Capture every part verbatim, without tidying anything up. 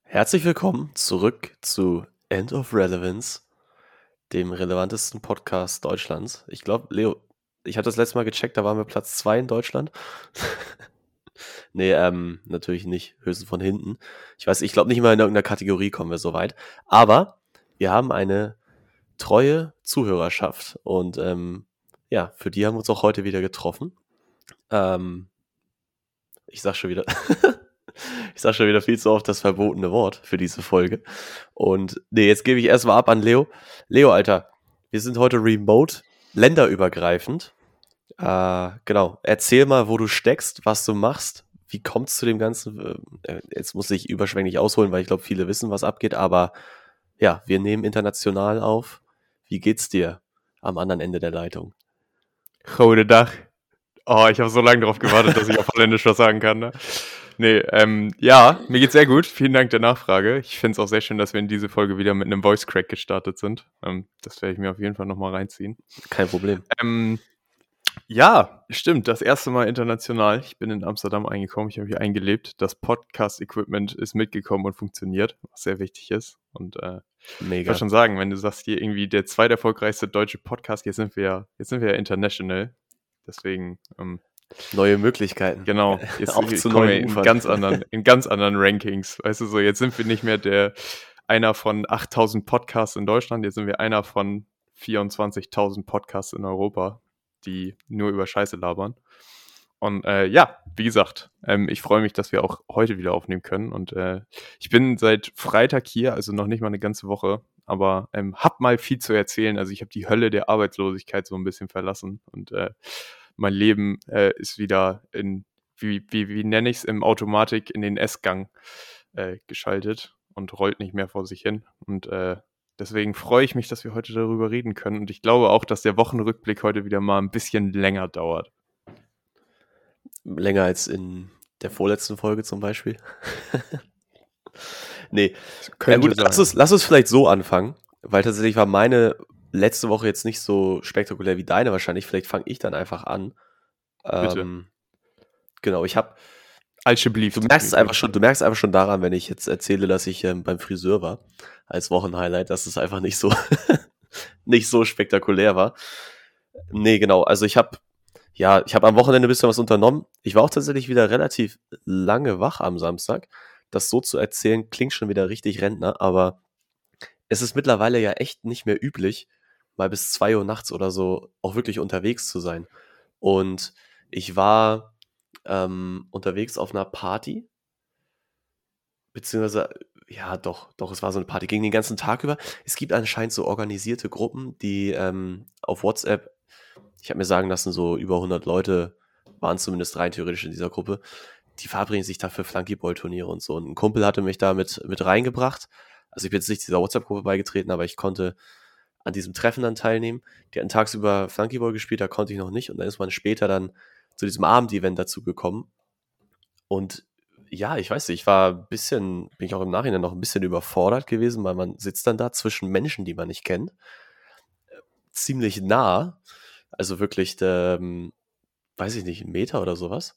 Herzlich willkommen zurück zu End of Relevance, dem relevantesten Podcast Deutschlands. Ich glaube, Leo, ich habe das letzte Mal gecheckt, da waren wir Platz zwei in Deutschland. nee, ähm, natürlich nicht, höchstens von hinten. Ich weiß, ich glaube nicht mal in irgendeiner Kategorie kommen wir so weit. Aber wir haben eine treue Zuhörerschaft und ähm, ja, für die haben wir uns auch heute wieder getroffen. Ähm, ich sag schon wieder, ich sag schon wieder viel zu oft das verbotene Wort für diese Folge. Und nee, jetzt gebe ich erstmal ab an Leo. Leo, Alter, wir sind heute remote, länderübergreifend. Äh, genau, erzähl mal, wo du steckst, was du machst. Wie kommt's zu dem Ganzen? Äh, Jetzt muss ich überschwänglich ausholen, weil ich glaube, viele wissen, was abgeht. Aber ja, wir nehmen international auf. Wie geht's dir am anderen Ende der Leitung? Goedendag. Oh, ich habe so lange darauf gewartet, dass ich auf Holländisch was sagen kann. Ne? Nee, ähm, ja, mir geht's sehr gut. Vielen Dank der Nachfrage. Ich finde es auch sehr schön, dass wir in diese Folge wieder mit einem Voice Crack gestartet sind. Ähm, das werde ich mir auf jeden Fall nochmal reinziehen. Kein Problem. Ähm, ja, stimmt. Das erste Mal international. Ich bin in Amsterdam eingekommen. Ich habe hier eingelebt. Das Podcast-Equipment ist mitgekommen und funktioniert, was sehr wichtig ist. Und äh, ich Mega. wollte schon sagen, wenn du sagst, hier irgendwie der zweiterfolgreichste deutsche Podcast, jetzt sind wir ja, jetzt sind wir ja international. Deswegen, ähm, Neue Möglichkeiten. genau, jetzt Auf zu kommen wir neuen in Ufern. ganz anderen, in ganz anderen Rankings. Weißt du so, jetzt sind wir nicht mehr der einer von achttausend Podcasts in Deutschland, jetzt sind wir einer von vierundzwanzigtausend Podcasts in Europa, die nur über Scheiße labern. Und äh, ja, wie gesagt, ähm, ich freue mich, dass wir auch heute wieder aufnehmen können. Und äh, ich bin seit Freitag hier, also noch nicht mal eine ganze Woche, aber ähm, hab mal viel zu erzählen. Also ich habe die Hölle der Arbeitslosigkeit so ein bisschen verlassen und äh, mein Leben äh, ist wieder in, wie, wie, wie nenne ich es, im Automatik in den S-Gang äh, geschaltet und rollt nicht mehr vor sich hin. Und äh, deswegen freue ich mich, dass wir heute darüber reden können. Und ich glaube auch, dass der Wochenrückblick heute wieder mal ein bisschen länger dauert. Länger als in der vorletzten Folge zum Beispiel. nee. Ja, gut, lass uns, lass uns vielleicht so anfangen, weil tatsächlich war meine letzte Woche jetzt nicht so spektakulär wie deine wahrscheinlich. Vielleicht fange ich dann einfach an. Bitte. Ähm, genau, ich habe Alsjeblieft. Du merkst es einfach schon, du merkst einfach schon daran, wenn ich jetzt erzähle, dass ich ähm, beim Friseur war als Wochenhighlight, dass es einfach nicht so nicht so spektakulär war. Nee, genau. Also ich habe ja, ich habe am Wochenende ein bisschen was unternommen. Ich war auch tatsächlich wieder relativ lange wach am Samstag. Das so zu erzählen, klingt schon wieder richtig Rentner, aber es ist mittlerweile ja echt nicht mehr üblich, mal bis zwei Uhr nachts oder so auch wirklich unterwegs zu sein. Und ich war ähm, unterwegs auf einer Party, beziehungsweise, ja, doch, doch, es war so eine Party, ging den ganzen Tag über. Es gibt anscheinend so organisierte Gruppen, die ähm, auf WhatsApp, ich habe mir sagen lassen, so über hundert Leute waren zumindest rein theoretisch in dieser Gruppe, die verabreden sich da für Flunkyball-Turniere und so. Und ein Kumpel hatte mich da mit, mit reingebracht. Also ich bin jetzt nicht dieser WhatsApp-Gruppe beigetreten, aber ich konnte an diesem Treffen dann teilnehmen. Die hatten tagsüber Flunkyball gespielt, da konnte ich noch nicht. Und dann ist man später dann zu diesem Abendevent dazu gekommen. Und ja, ich weiß nicht, ich war ein bisschen, bin ich auch im Nachhinein noch ein bisschen überfordert gewesen, weil man sitzt dann da zwischen Menschen, die man nicht kennt, ziemlich nah, also wirklich, ähm, weiß ich nicht, einen Meter oder sowas.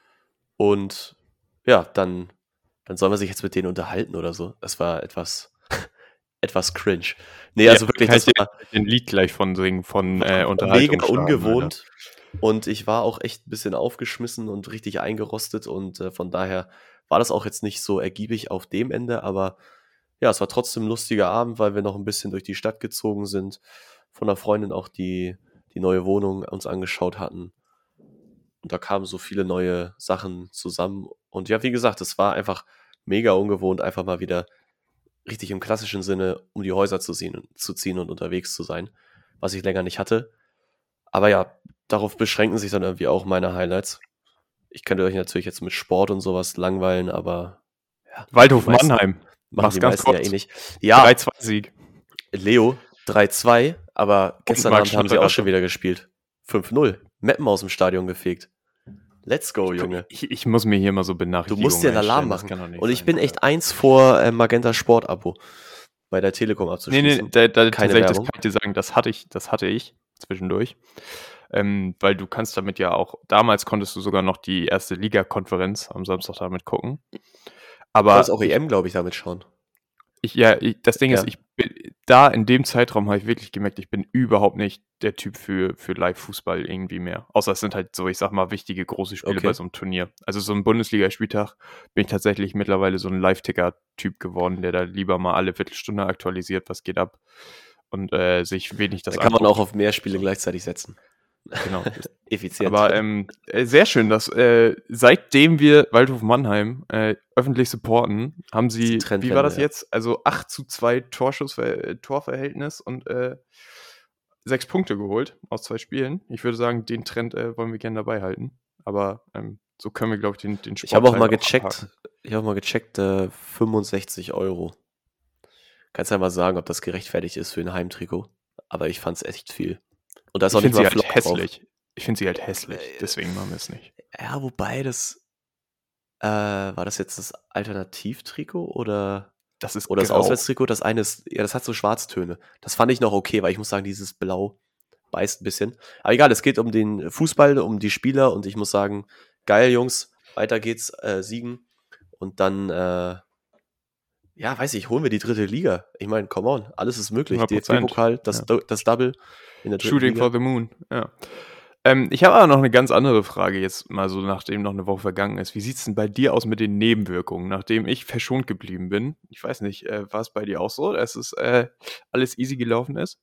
Und ja, dann, dann soll man sich jetzt mit denen unterhalten oder so. Das war etwas, etwas cringe. Nee, Ja, also wirklich, kann das ich dir war ein Lied gleich von singen, von äh, mega Unterhaltungsstarten, ungewohnt. Und ich war auch echt ein bisschen aufgeschmissen und richtig eingerostet und äh, von daher war das auch jetzt nicht so ergiebig auf dem Ende, aber ja, es war trotzdem ein lustiger Abend, weil wir noch ein bisschen durch die Stadt gezogen sind, von einer Freundin auch die, die neue Wohnung uns angeschaut hatten. Und da kamen so viele neue Sachen zusammen. Und ja, wie gesagt, es war einfach mega ungewohnt, einfach mal wieder richtig im klassischen Sinne um die Häuser zu ziehen, zu ziehen und unterwegs zu sein, was ich länger nicht hatte. Aber ja, darauf beschränken sich dann irgendwie auch meine Highlights. Ich könnte euch natürlich jetzt mit Sport und sowas langweilen, aber ja, Waldhof die meisten Mannheim. machen Mach's die ganz meisten ja kurz. eh nicht. Ja, drei zwei Sieg. Leo, drei zwei, aber gestern Marc Abend haben sie auch Schnatterer. schon wieder gespielt. fünf null. Meppen aus dem Stadion gefegt. Let's go, Junge. Ich, ich muss mir hier mal so Du Benachrichtigungen musst dir einen Alarm einstellen, das machen. kann doch nicht Und ich sein. bin echt eins vor äh, Magenta Sport-Abo bei der Telekom Nee, abzuschließen. nee, da, da, Keine tatsächlich, das Werbung. kann ich dir sagen, das hatte ich, das hatte ich zwischendurch. Ähm, weil du kannst damit ja auch, damals konntest du sogar noch die erste Liga-Konferenz am Samstag damit gucken. Du wolltest Aber auch ich, E M, glaube ich, damit schauen. ich ja, ich, das Ding ist, Ja, ich bin, da in dem Zeitraum habe ich wirklich gemerkt, ich bin überhaupt nicht der Typ für, für Live-Fußball irgendwie mehr. Außer es sind halt so, ich sag mal, wichtige große Spiele bei okay. so einem Turnier. Also so ein Bundesligaspieltag bin ich tatsächlich mittlerweile so ein Live-Ticker-Typ geworden, der da lieber mal alle Viertelstunde aktualisiert, was geht ab und äh, sich wenig das Da kann man auch anguckt. auf mehr Spiele So, gleichzeitig setzen. genau. Das, Effizient. aber ähm, äh, sehr schön, dass äh, seitdem wir Waldhof Mannheim äh, öffentlich supporten, haben Das ist die sie, wie war das Trendwende, ja. jetzt? Also acht zu zwei Torschuss, äh, Torverhältnis und äh, sechs Punkte geholt aus zwei Spielen. Ich würde sagen, den Trend äh, wollen wir gerne dabei halten. Aber ähm, so können wir, glaube ich, den, den Ich habe auch Sportteil mal auch gecheckt, abhaken. ich habe auch mal gecheckt, äh, fünfundsechzig Euro. Kannst ja mal sagen, ob das gerechtfertigt ist für ein Heimtrikot. Aber ich fand's echt viel. Und da ist Ich auch nicht finde sie mal halt Flock drauf. hässlich. Ich finde sie halt hässlich. Äh, Deswegen machen wir es nicht. Ja, wobei das, äh, war das jetzt das Alternativtrikot oder, Das ist oder das grau. Auswärtstrikot? Das eine ist, ja, das hat so Schwarztöne. Das fand ich noch okay, weil ich muss sagen, dieses Blau beißt ein bisschen. Aber egal, es geht um den Fußball, um die Spieler und ich muss sagen, geil, Jungs, weiter geht's, äh, siegen. Und dann, äh, ja, weiß ich, holen wir die dritte Liga. Ich meine, come on, alles ist möglich. hundert Prozent. D F B-Pokal, das, Ja. Do- das Double in der dritten Shooting Liga. for the Moon. Ja. Ähm, ich habe aber noch eine ganz andere Frage jetzt mal so, nachdem noch eine Woche vergangen ist. Wie sieht es denn bei dir aus mit den Nebenwirkungen, nachdem ich verschont geblieben bin? Ich weiß nicht, äh, war es bei dir auch so, dass es äh, alles easy gelaufen ist?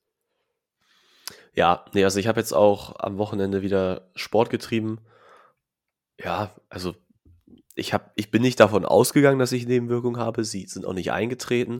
Ja, nee, also ich habe jetzt auch am Wochenende wieder Sport getrieben. Ja, also ich habe, ich bin nicht davon ausgegangen, dass ich Nebenwirkungen habe. Sie sind auch nicht eingetreten.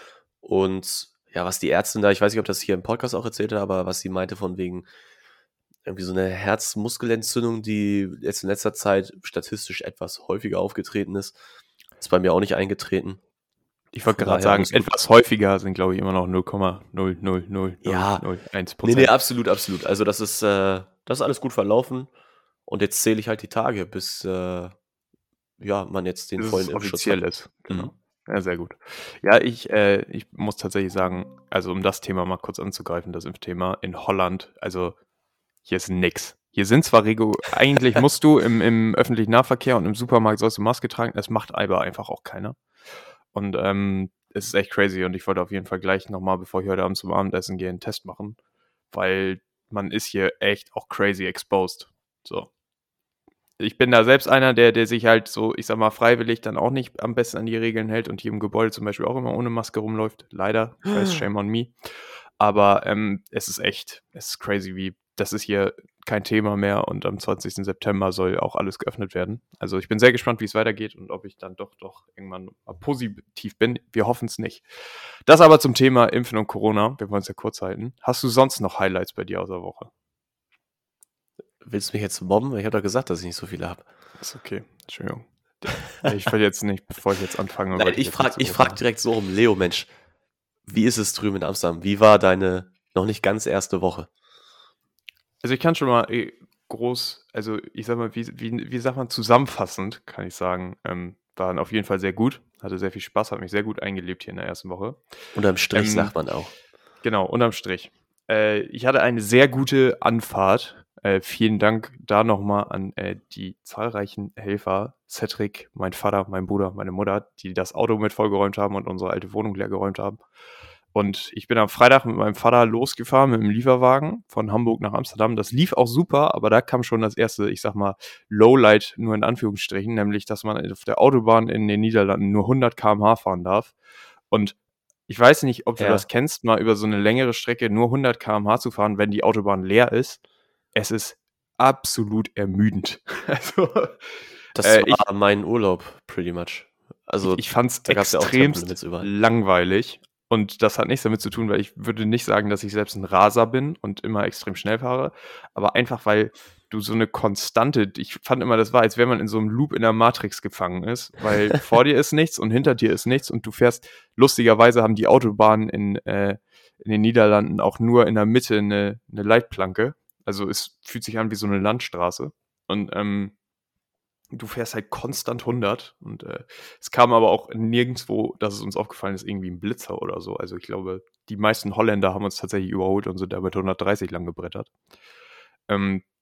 Und ja, was die Ärztin da, ich weiß nicht, ob das hier im Podcast auch erzählt hat, aber was sie meinte von wegen irgendwie so eine Herzmuskelentzündung, die jetzt in letzter Zeit statistisch etwas häufiger aufgetreten ist, ist bei mir auch nicht eingetreten. Ich wollte Von gerade daher sagen, alles gut. etwas häufiger sind, glaube ich, immer noch null Komma null null null Ja, null eins nee, nee, Prozent. absolut, absolut. Also das ist, äh, das ist alles gut verlaufen. Und jetzt zähle ich halt die Tage, bis äh, ja, man jetzt den Bis vollen es Impfschutz offiziell hat. ist, Mhm. genau. Ja, sehr gut. Ja, ich, äh, ich muss tatsächlich sagen, also um das Thema mal kurz anzugreifen, das Impfthema in Holland, also hier ist nix. Hier sind zwar Regu eigentlich musst du im, im öffentlichen Nahverkehr und im Supermarkt sollst du Maske tragen, das macht aber einfach auch keiner. Und ähm, es ist echt crazy und ich wollte auf jeden Fall gleich nochmal, bevor ich heute Abend zum Abendessen gehe, einen Test machen, weil man ist hier echt auch crazy exposed. So. Ich bin da selbst einer, der, der sich halt so, ich sag mal, freiwillig dann auch nicht am besten an die Regeln hält und hier im Gebäude zum Beispiel auch immer ohne Maske rumläuft. Leider, ich weiß, shame on me. Aber ähm, es ist echt, es ist crazy, wie das ist hier kein Thema mehr und am zwanzigsten September soll auch alles geöffnet werden. Also ich bin sehr gespannt, wie es weitergeht und ob ich dann doch doch irgendwann mal positiv bin. Wir hoffen es nicht. Das aber zum Thema Impfen und Corona. Wir wollen es ja kurz halten. Hast du sonst noch Highlights bei dir aus der Woche? Willst du mich jetzt mobben? Ich habe doch gesagt, dass ich nicht so viele habe. Ist okay. Entschuldigung. Ich will jetzt nicht, bevor ich jetzt anfange. Nein, wollte ich jetzt frage nicht so ich groß frag machen. direkt so rum. Leo, Mensch, wie ist es drüben in Amsterdam? Wie war deine noch nicht ganz erste Woche? Also ich kann schon mal eh, groß, also ich sag mal, wie, wie, wie sagt man, zusammenfassend kann ich sagen, ähm, waren auf jeden Fall sehr gut. Hatte sehr viel Spaß, hat mich sehr gut eingelebt hier in der ersten Woche. Unterm Strich Ähm, sagt man auch. Genau, unterm Strich. Äh, ich hatte eine sehr gute Anfahrt. Äh, vielen Dank da nochmal an äh, die zahlreichen Helfer, Cedric, mein Vater, mein Bruder, meine Mutter, die das Auto mit vollgeräumt haben und unsere alte Wohnung leer geräumt haben. Und ich bin am Freitag mit meinem Vater losgefahren mit dem Lieferwagen von Hamburg nach Amsterdam. Das lief auch super, aber da kam schon das erste, ich sag mal, Lowlight nur in Anführungsstrichen, nämlich, dass man auf der Autobahn in den Niederlanden nur hundert Kilometer pro Stunde fahren darf. Und ich weiß nicht, ob du Ja. das kennst, mal über so eine längere Strecke nur hundert Kilometer pro Stunde zu fahren, wenn die Autobahn leer ist. Es ist absolut ermüdend. Also, Das äh, war ich, mein Urlaub, pretty much. Also, ich, ich fand es da gab es ja auch extremst Tempolimits überall. langweilig. Und das hat nichts damit zu tun, weil ich würde nicht sagen, dass ich selbst ein Raser bin und immer extrem schnell fahre, aber einfach, weil du so eine Konstante, ich fand immer, das war, als wenn man in so einem Loop in der Matrix gefangen ist, weil vor dir ist nichts und hinter dir ist nichts und du fährst, lustigerweise haben die Autobahnen in, äh, in den Niederlanden auch nur in der Mitte eine, eine Leitplanke. Also es fühlt sich an wie so eine Landstraße. Und ähm, du fährst halt konstant hundert und äh, es kam aber auch nirgendwo, dass es uns aufgefallen ist, irgendwie ein Blitzer oder so. Also ich glaube, die meisten Holländer haben uns tatsächlich überholt und sind da mit hundertdreißig lang gebrettert. Ähm,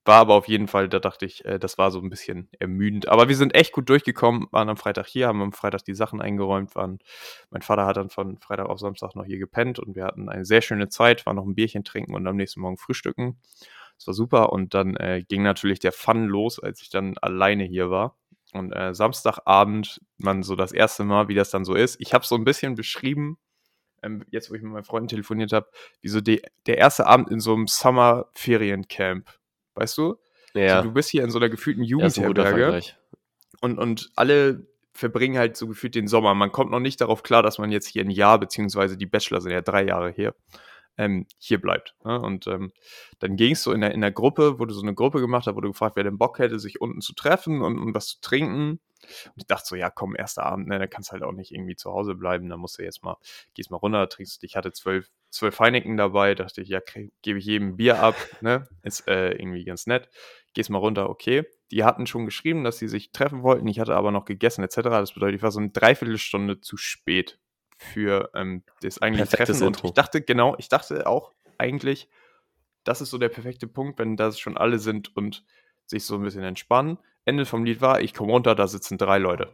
war aber auf jeden Fall, da dachte ich, äh, das war so ein bisschen ermüdend. Aber wir sind echt gut durchgekommen, waren am Freitag hier, haben am Freitag die Sachen eingeräumt, waren, mein Vater hat dann von Freitag auf Samstag noch hier gepennt und wir hatten eine sehr schöne Zeit, waren noch ein Bierchen trinken und am nächsten Morgen frühstücken. Das war super und dann äh, ging natürlich der Fun los, als ich dann alleine hier war. Und äh, Samstagabend, man so das erste Mal, wie das dann so ist. Ich habe so ein bisschen beschrieben, ähm, jetzt wo ich mit meinen Freunden telefoniert habe, wie so die, der erste Abend in so einem Summer-Feriencamp. Weißt du? So, du Ja, bist hier in so einer gefühlten ja, ist ein guter Jugendherberge Vergleich. und, und alle verbringen halt so gefühlt den Sommer. Man kommt noch nicht darauf klar, dass man jetzt hier ein Jahr, beziehungsweise die Bachelor sind ja drei Jahre hier, ähm, hier bleibt. Ne? Und ähm, dann ging es so in der, in der Gruppe, wurde so eine Gruppe gemacht, da wurde gefragt, wer denn Bock hätte, sich unten zu treffen und, und was zu trinken. Und ich dachte so, ja komm, erster Abend, ne, da kannst halt auch nicht irgendwie zu Hause bleiben, da musst du jetzt mal, gehst mal runter, trinkst, ich hatte zwölf, zwölf Heineken dabei, dachte ich, ja, gebe ich jedem ein Bier ab, ne, ist äh, irgendwie ganz nett, gehst mal runter, okay. Die hatten schon geschrieben, dass sie sich treffen wollten, ich hatte aber noch gegessen et cetera. Das bedeutet, ich war so eine Dreiviertelstunde zu spät für ähm, das eigentliche Perfektes Treffen und Intro. ich dachte, genau, ich dachte auch eigentlich, das ist so der perfekte Punkt, wenn das schon alle sind und sich so ein bisschen entspannen. Ende vom Lied war, ich komme runter, da sitzen drei Leute,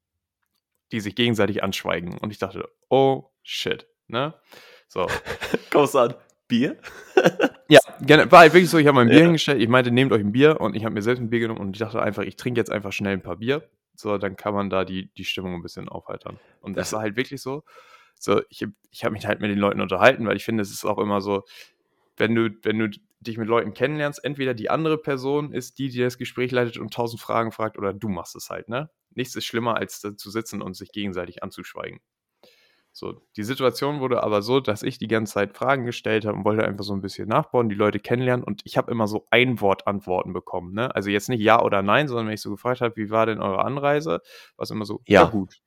die sich gegenseitig anschweigen. Und ich dachte, oh shit, ne? So. Kommst du an? Bier? Ja, gerne, war halt wirklich so, ich habe mein Bier Ja. hingestellt, ich meinte, nehmt euch ein Bier und ich habe mir selbst ein Bier genommen und ich dachte einfach, ich trinke jetzt einfach schnell ein paar Bier. So, dann kann man da die, die Stimmung ein bisschen aufheitern. Und das Das, war halt wirklich so. So, ich, ich habe mich halt mit den Leuten unterhalten, weil ich finde, es ist auch immer so, wenn du, wenn du dich mit Leuten kennenlernst, entweder die andere Person ist die, die das Gespräch leitet und tausend Fragen fragt, oder du machst es halt, ne? Nichts ist schlimmer, als da zu sitzen und sich gegenseitig anzuschweigen. So, die Situation wurde aber so, dass ich die ganze Zeit Fragen gestellt habe und wollte einfach so ein bisschen nachbauen, die Leute kennenlernen und ich habe immer so Ein-Wort-Antworten bekommen, ne? Also jetzt nicht ja oder nein, sondern wenn ich so gefragt habe, wie war denn eure Anreise, war es immer so, ja, ja. gut.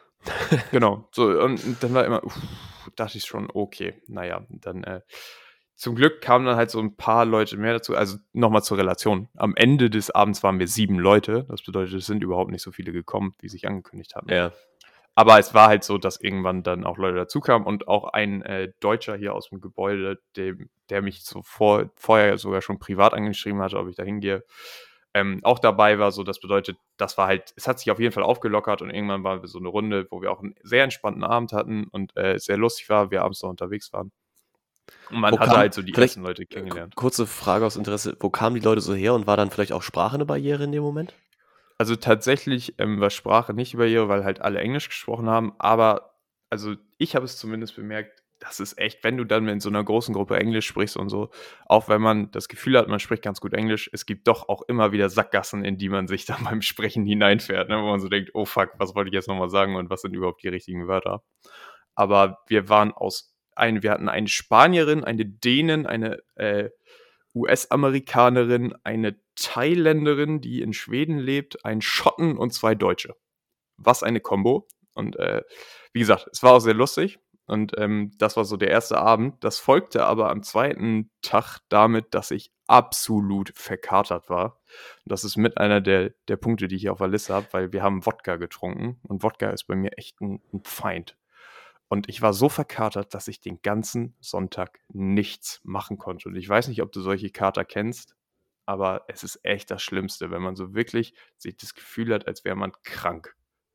Genau, so und, und dann war immer, uff, dachte ich schon, okay, naja, dann äh, zum Glück kamen dann halt so ein paar Leute mehr dazu. Also nochmal zur Relation. Am Ende des Abends waren wir sieben Leute. Das bedeutet, es sind überhaupt nicht so viele gekommen, wie sich angekündigt hatten. Ja. Aber es war halt so, dass irgendwann dann auch Leute dazukamen und auch ein äh, Deutscher hier aus dem Gebäude, dem, der mich so vor, vorher sogar schon privat angeschrieben hatte, ob ich da hingehe, ähm, auch dabei war. So, das bedeutet, das war halt, es hat sich auf jeden Fall aufgelockert und irgendwann waren wir so eine Runde, wo wir auch einen sehr entspannten Abend hatten und äh, sehr lustig war, wir abends noch unterwegs waren. Und man Wo hatte kam, halt so die vielleicht ersten Leute äh, kennengelernt. kurze Frage aus Interesse, wo kamen die Leute so her und war dann vielleicht auch Sprache eine Barriere in dem Moment? Also tatsächlich ähm, war Sprache nicht über ihr, weil halt alle Englisch gesprochen haben, aber also ich habe es zumindest bemerkt, das ist echt, wenn du dann in so einer großen Gruppe Englisch sprichst und so, auch wenn man das Gefühl hat, man spricht ganz gut Englisch, es gibt doch auch immer wieder Sackgassen, in die man sich dann beim Sprechen hineinfährt, ne, wo man so denkt, oh fuck, was wollte ich jetzt nochmal sagen und was sind überhaupt die richtigen Wörter. Aber wir waren aus, ein, wir hatten eine Spanierin, eine Dänin, eine äh, U S-Amerikanerin, eine Thailänderin, die in Schweden lebt, einen Schotten und zwei Deutsche. Was eine Kombo. Und äh, wie gesagt, es war auch sehr lustig. Und ähm, das war so der erste Abend. Das folgte aber am zweiten Tag damit, dass ich absolut verkatert war. Und das ist mit einer der, der Punkte, die ich auf der Liste habe, weil wir haben Wodka getrunken. Und Wodka ist bei mir echt ein, ein Feind. Und ich war so verkatert, dass ich den ganzen Sonntag nichts machen konnte. Und ich weiß nicht, ob du solche Kater kennst, aber es ist echt das Schlimmste, wenn man so wirklich sich das Gefühl hat, als wäre man krank.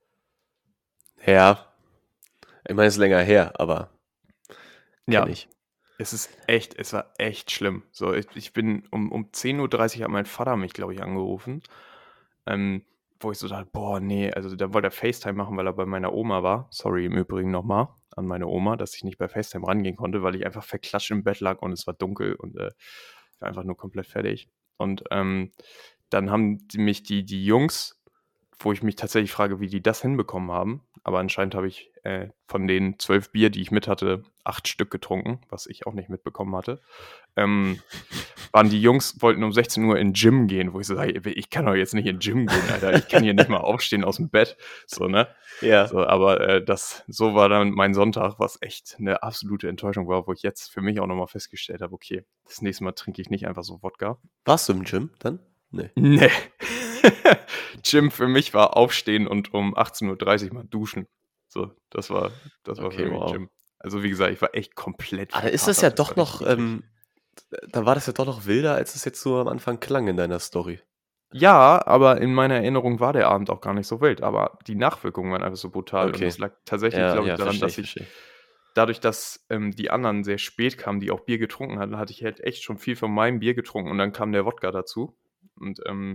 Ja. Ich meine, es ist länger her, aber Ja, kenne ich. es ist echt, es war echt schlimm. So, ich, ich bin um, um zehn Uhr dreißig hat mein Vater mich, glaube ich, angerufen. Ähm, wo ich so dachte, boah, nee, also dann wollte er FaceTime machen, weil er bei meiner Oma war. Sorry im Übrigen nochmal an meine Oma, dass ich nicht bei FaceTime rangehen konnte, weil ich einfach verklatscht im Bett lag und es war dunkel und äh, ich war einfach nur komplett fertig. Und ähm, dann haben die mich die, die Jungs, wo ich mich tatsächlich frage, wie die das hinbekommen haben. Aber anscheinend habe ich äh, von den zwölf Bier, die ich mit hatte, acht Stück getrunken, was ich auch nicht mitbekommen hatte. Ähm, waren die Jungs, wollten um sechzehn Uhr in den Gym gehen, wo ich so sage, ich kann doch jetzt nicht in den Gym gehen, Alter. Ich kann hier nicht mal aufstehen aus dem Bett. So, ne? Ja. So, aber äh, das, so war dann mein Sonntag, was echt eine absolute Enttäuschung war, wo ich jetzt für mich auch nochmal festgestellt habe, okay, das nächste Mal trinke ich nicht einfach so Wodka. Warst du im Gym dann? Nee. Nee. Gym für mich war aufstehen und um achtzehn Uhr dreißig mal duschen. So, das war, das war Okay, für mich wow. Gym. Also wie gesagt, ich war echt komplett Aber ist das ja verkatert. doch war noch, richtig eklig. ähm, Da war das ja doch noch wilder, als es jetzt so am Anfang klang in deiner Story. Ja, aber in meiner Erinnerung war der Abend auch gar nicht so wild, aber die Nachwirkungen waren einfach so brutal und Okay. das lag tatsächlich, Ja, glaube ich, ja, daran, verstehe dass ich, ich verstehe. dadurch, dass, ähm, die anderen sehr spät kamen, die auch Bier getrunken hatten, hatte ich halt echt schon viel von meinem Bier getrunken und dann kam der Wodka dazu und, ähm,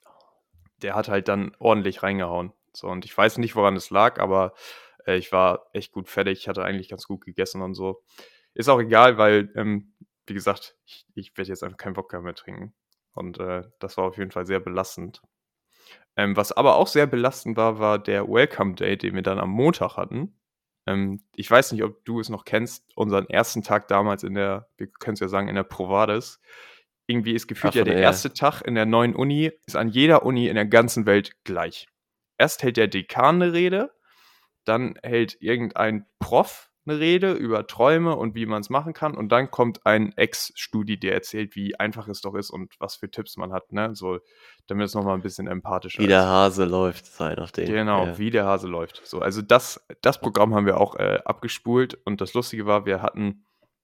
der hat halt dann ordentlich reingehauen. So, und ich weiß nicht, woran es lag, aber, äh, ich war echt gut fertig. Ich hatte eigentlich ganz gut gegessen und so. Ist auch egal, weil, ähm, wie gesagt, ich ich werde jetzt einfach keinen Wodka mehr trinken und, äh, das war auf jeden Fall sehr belastend. Ähm, was aber auch sehr belastend war, war der Welcome Day, den wir dann am Montag hatten. Ähm, ich weiß nicht, ob du es noch kennst, unseren ersten Tag damals in der, wir können es ja sagen, in der Provades. Irgendwie ist Ah, gefühlt ja von der der ja. erste Tag in der neuen Uni, ist an jeder Uni in der ganzen Welt gleich. Erst hält der Dekan 'ne Rede, dann hält irgendein Prof 'ne Rede über Träume und wie man's machen kann und dann kommt ein Ex-Studi, der erzählt, wie einfach es doch ist und was für Tipps man hat, ne, so, damit es noch mal 'n bisschen empathischer Wie der ist. Hase läuft, sei nachdem. Genau, Ja. wie der Hase läuft. So, also das das Programm haben wir auch, äh, abgespult und das Lustige war, wir hatten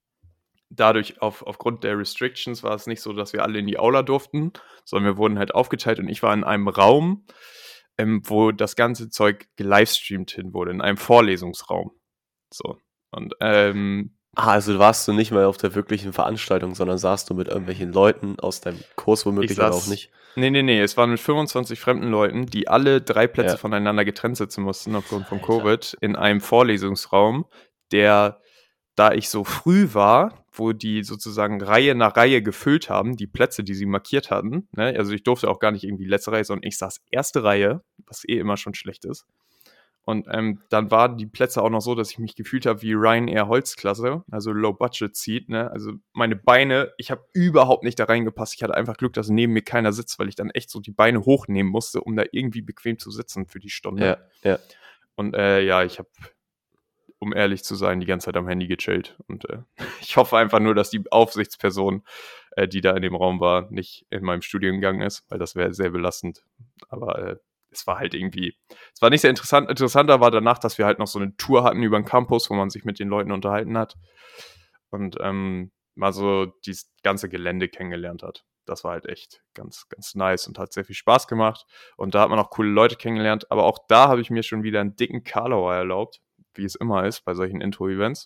dadurch auf aufgrund der Restrictions war es nicht so, dass wir alle in die Aula durften, sondern wir wurden halt aufgeteilt und ich war in einem Raum, ähm, wo das ganze Zeug gelivestreamt hin wurde, in einem Vorlesungsraum. So, und, ähm Ah, also warst du nicht mal auf der wirklichen Veranstaltung, sondern saßt du mit irgendwelchen Leuten aus deinem Kurs ich womöglich oder auch saß nicht? ne, ne, ne, es waren mit fünfundzwanzig fremden Leuten, die alle drei Plätze Ja. voneinander getrennt sitzen mussten aufgrund von Alter. Covid in einem Vorlesungsraum, der, da ich so früh war, wo die sozusagen Reihe nach Reihe gefüllt haben, die Plätze, die sie markiert hatten, ne? Also, ich durfte auch gar nicht irgendwie letzte Reihe, sondern ich saß erste Reihe, was eh immer schon schlecht ist. Und, ähm, dann waren die Plätze auch noch so, dass ich mich gefühlt habe wie Ryanair Holzklasse, also Low Budget Seat, ne? Also, meine Beine, ich habe überhaupt nicht da reingepasst. Ich hatte einfach Glück, dass neben mir keiner sitzt, weil ich dann echt so die Beine hochnehmen musste, um da irgendwie bequem zu sitzen für die Stunde. Ja, ja. Und, äh, ja, ich habe, um ehrlich zu sein, die ganze Zeit am Handy gechillt und, äh, ich hoffe einfach nur, dass die Aufsichtsperson, äh, die da in dem Raum war, nicht in meinem Studiengang ist, weil das wäre sehr belastend. Aber, äh, es war halt irgendwie, es war nicht sehr interessant. Interessanter war danach, dass wir halt noch so eine Tour hatten über 'n Campus, wo man sich mit den Leuten unterhalten hat und, ähm, mal so dieses ganze Gelände kennengelernt hat. Das war halt echt ganz, ganz nice und hat sehr viel Spaß gemacht und da hat man auch coole Leute kennengelernt, aber auch da habe ich mir schon wieder 'n dicken Karlauer erlaubt, wie es immer ist bei solchen Intro-Events.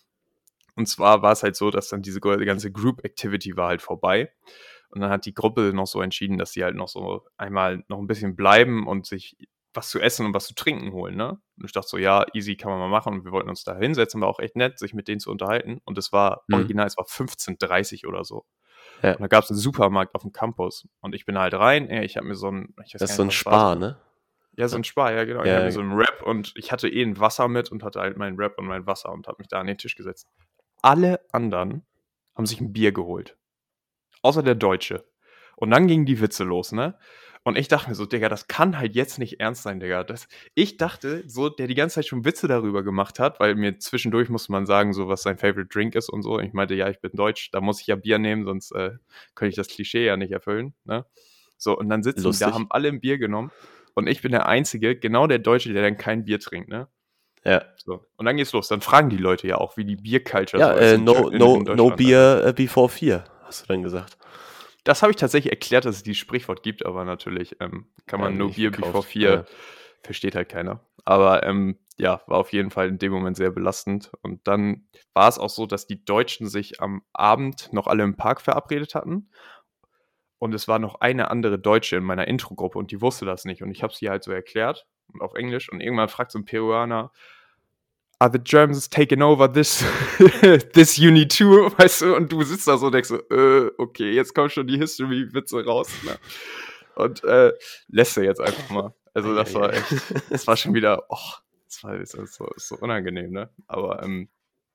Und zwar war es halt so, dass dann diese go ganze Group Activity war halt vorbei. Und dann hat die Gruppe noch so entschieden, dass sie halt noch so einmal noch ein bisschen bleiben und sich was zu essen und was zu trinken holen, ne? Und ich dachte so: „Ja, easy, kann man mal machen." Und wir wollten uns da hinsetzen, war auch echt nett, sich mit denen zu unterhalten. Und es war Mhm. original, es war fünfzehn Uhr dreißig oder so. Ja. Und da gab's 'n Supermarkt aufm Campus. Und ich bin halt rein, ey, ich habe mir so 'n, ich weiß Das gar ist so nicht, 'n was war's. Spar, ne? Ja, so 'n Spar, ja genau. Ich hatte Ja, mir so 'n Wrap und ich hatte eh 'n Wasser mit und hatte halt meinen Wrap und mein Wasser und habe mich da an den Tisch gesetzt. Alle anderen haben sich 'n Bier geholt, außer der Deutsche. Und dann gingen die Witze los, ne? Und ich dachte mir so: „Digga, das kann halt jetzt nicht ernst sein, Digga." Das, ich dachte so, der die ganze Zeit schon Witze darüber gemacht hat, weil mir zwischendurch musste man sagen, so was sein Favorite Drink ist und so. Ich meinte: „Ja, ich bin deutsch, da muss ich ja Bier nehmen, sonst, äh, könnte ich das Klischee ja nicht erfüllen", ne? So, und dann sitzen die da, lustig. haben alle 'n Bier genommen und ich bin der Einzige, genau der Deutsche, der dann kein Bier trinkt, ne? Ja. So, und dann geht's los. Dann fragen die Leute ja auch, wie die Bier-Culture Ja, so ist äh, in Deu no in no in no Deutschland, Alter. beer, äh, before vier, hast du dann gesagt. Das habe ich tatsächlich erklärt, dass es dieses Sprichwort gibt, aber natürlich, ähm, kann Ja, man No nicht Beer Before gekauft. Vier, Ja. versteht halt keiner. Aber, ähm, ja, war auf jeden Fall in dem Moment sehr belastend. Und dann war es auch so, dass die Deutschen sich am Abend noch alle im Park verabredet hatten. Und es war noch eine andere Deutsche in meiner Intro-Gruppe und die wusste das nicht. Und ich habe es ihr halt so erklärt und auf Englisch. Und irgendwann fragt so 'n Peruaner: „Are the Germans taking over this this uni too?" Weißt du? Und du sitzt da so und denkst so: „Äh, okay, jetzt kommen schon die History-Witze raus", ne? Und, äh, lässt du jetzt einfach mal. Also, Ei, das ei, war ei. echt, das war schon wieder, oh, das war ist ist so ist so unangenehm, ne? Aber, ähm,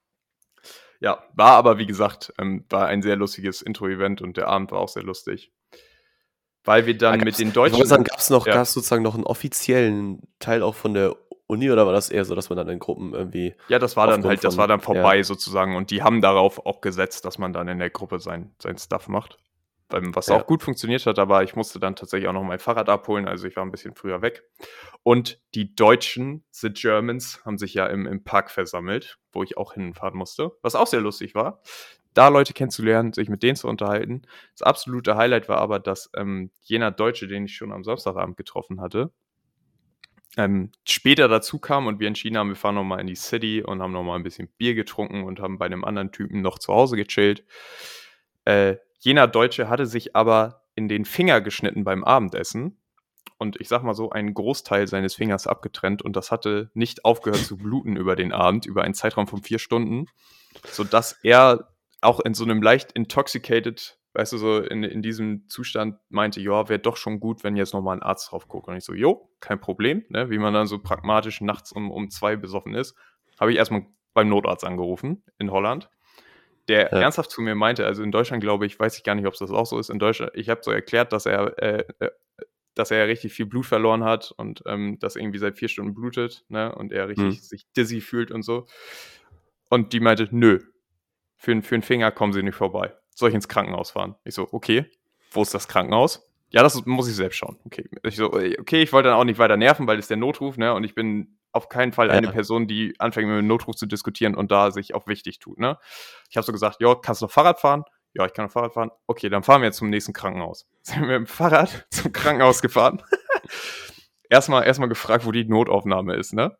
ja, war aber wie gesagt, ähm, war ein sehr lustiges Intro-Event und der Abend war auch sehr lustig. Weil wir Ah, dann mit gab's den ich wollte sagen, Deutschen, gab's noch ja. gab's sozusagen noch 'n offiziellen Teil auch von der Uni oder war das eher so, dass man dann in Gruppen irgendwie Ja, das war dann aufgrund halt, das war von dann ja, vorbei sozusagen und die haben darauf auch gesetzt, dass man dann in der Gruppe sein sein Stuff macht. Ähm, was ja. auch gut funktioniert hat, aber ich musste dann tatsächlich auch noch mein Fahrrad abholen, also ich war 'n bisschen früher weg. Und die Deutschen, the Germans, haben sich ja im im Park versammelt, wo ich auch hinfahren musste, was auch sehr lustig war. da Leute kennenzulernen, sich mit denen zu unterhalten. Das absolute Highlight war aber, dass ähm, jener Deutsche, den ich schon am Samstagabend getroffen hatte, ähm, später dazu kam und wir entschieden haben, wir fahren nochmal in die City und haben nochmal ein bisschen Bier getrunken und haben bei einem anderen Typen noch zu Hause gechillt. Äh, jener Deutsche hatte sich aber in den Finger geschnitten beim Abendessen und ich sag mal so, einen Großteil seines Fingers abgetrennt und das hatte nicht aufgehört zu bluten über den Abend, über einen Zeitraum von vier Stunden, sodass er auch in so einem leicht intoxicated, weißt du, so in, in diesem Zustand meinte, ja, wäre doch schon gut, wenn jetzt nochmal ein Arzt drauf guckt. Und ich so, jo, kein Problem, ne? Wie man dann so pragmatisch nachts um, um zwei besoffen ist, habe ich erstmal beim Notarzt angerufen in Holland, der Ja. ernsthaft zu mir meinte, also in Deutschland glaube ich, weiß ich gar nicht, ob es das auch so ist, in Deutschland, ich habe so erklärt, dass er, äh, äh, dass er richtig viel Blut verloren hat und ähm, das irgendwie seit vier Stunden blutet, ne, und er richtig Hm. sich dizzy fühlt und so. Und die meinte, nö, für, für einen Finger kommen sie nicht vorbei. Soll ich ins Krankenhaus fahren? Ich so, okay, wo ist das Krankenhaus? Ja, das muss ich selbst schauen. Okay, ich so, okay, ich wollte dann auch nicht weiter nerven, weil es der Notruf, ne, und ich bin auf keinen Fall eine Ja. Person, die anfängt mit dem Notruf zu diskutieren und da sich auch wichtig tut, ne. Ich habe so gesagt, ja, kannst du noch Fahrrad fahren? Ja, ich kann noch Fahrrad fahren. Okay, dann fahren wir jetzt zum nächsten Krankenhaus. Sind wir mit dem Fahrrad zum Krankenhaus gefahren. erstmal, erstmal gefragt, wo die Notaufnahme ist, ne.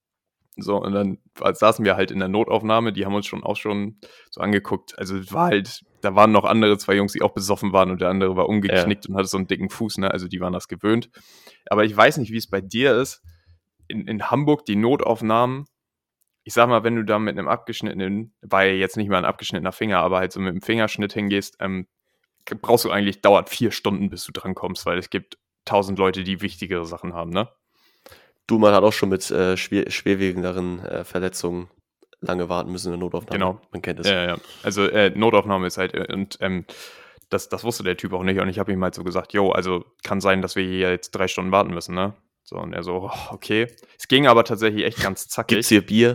So, und dann saßen wir halt in der Notaufnahme, die haben uns schon auch schon so angeguckt. Also es war halt, da waren noch andere zwei Jungs, die auch besoffen waren und der andere war umgeknickt Ja. und hatte so einen dicken Fuß, ne? Also die waren das gewöhnt. Aber ich weiß nicht, wie es bei dir ist. In, in Hamburg die Notaufnahmen, ich sag mal, wenn du da mit einem abgeschnittenen, war ja jetzt nicht mal ein abgeschnittener Finger, aber halt so mit einem Fingerschnitt hingehst, ähm, brauchst du eigentlich, dauert vier Stunden, bis du dran kommst, weil es gibt tausend Leute, die wichtigere Sachen haben, ne? Du, man hat auch schon mit äh, schwer, schwerwiegenderen äh, Verletzungen lange warten müssen in der Notaufnahme. Genau. Man kennt es. Ja, ja. Also äh, Notaufnahme ist halt, äh, und ähm, das, das wusste der Typ auch nicht. Und ich habe ihm halt so gesagt, jo, also kann sein, dass wir hier jetzt drei Stunden warten müssen, ne? So, und er so, oh, okay. Es ging aber tatsächlich echt ganz zackig. Gibt's hier Bier?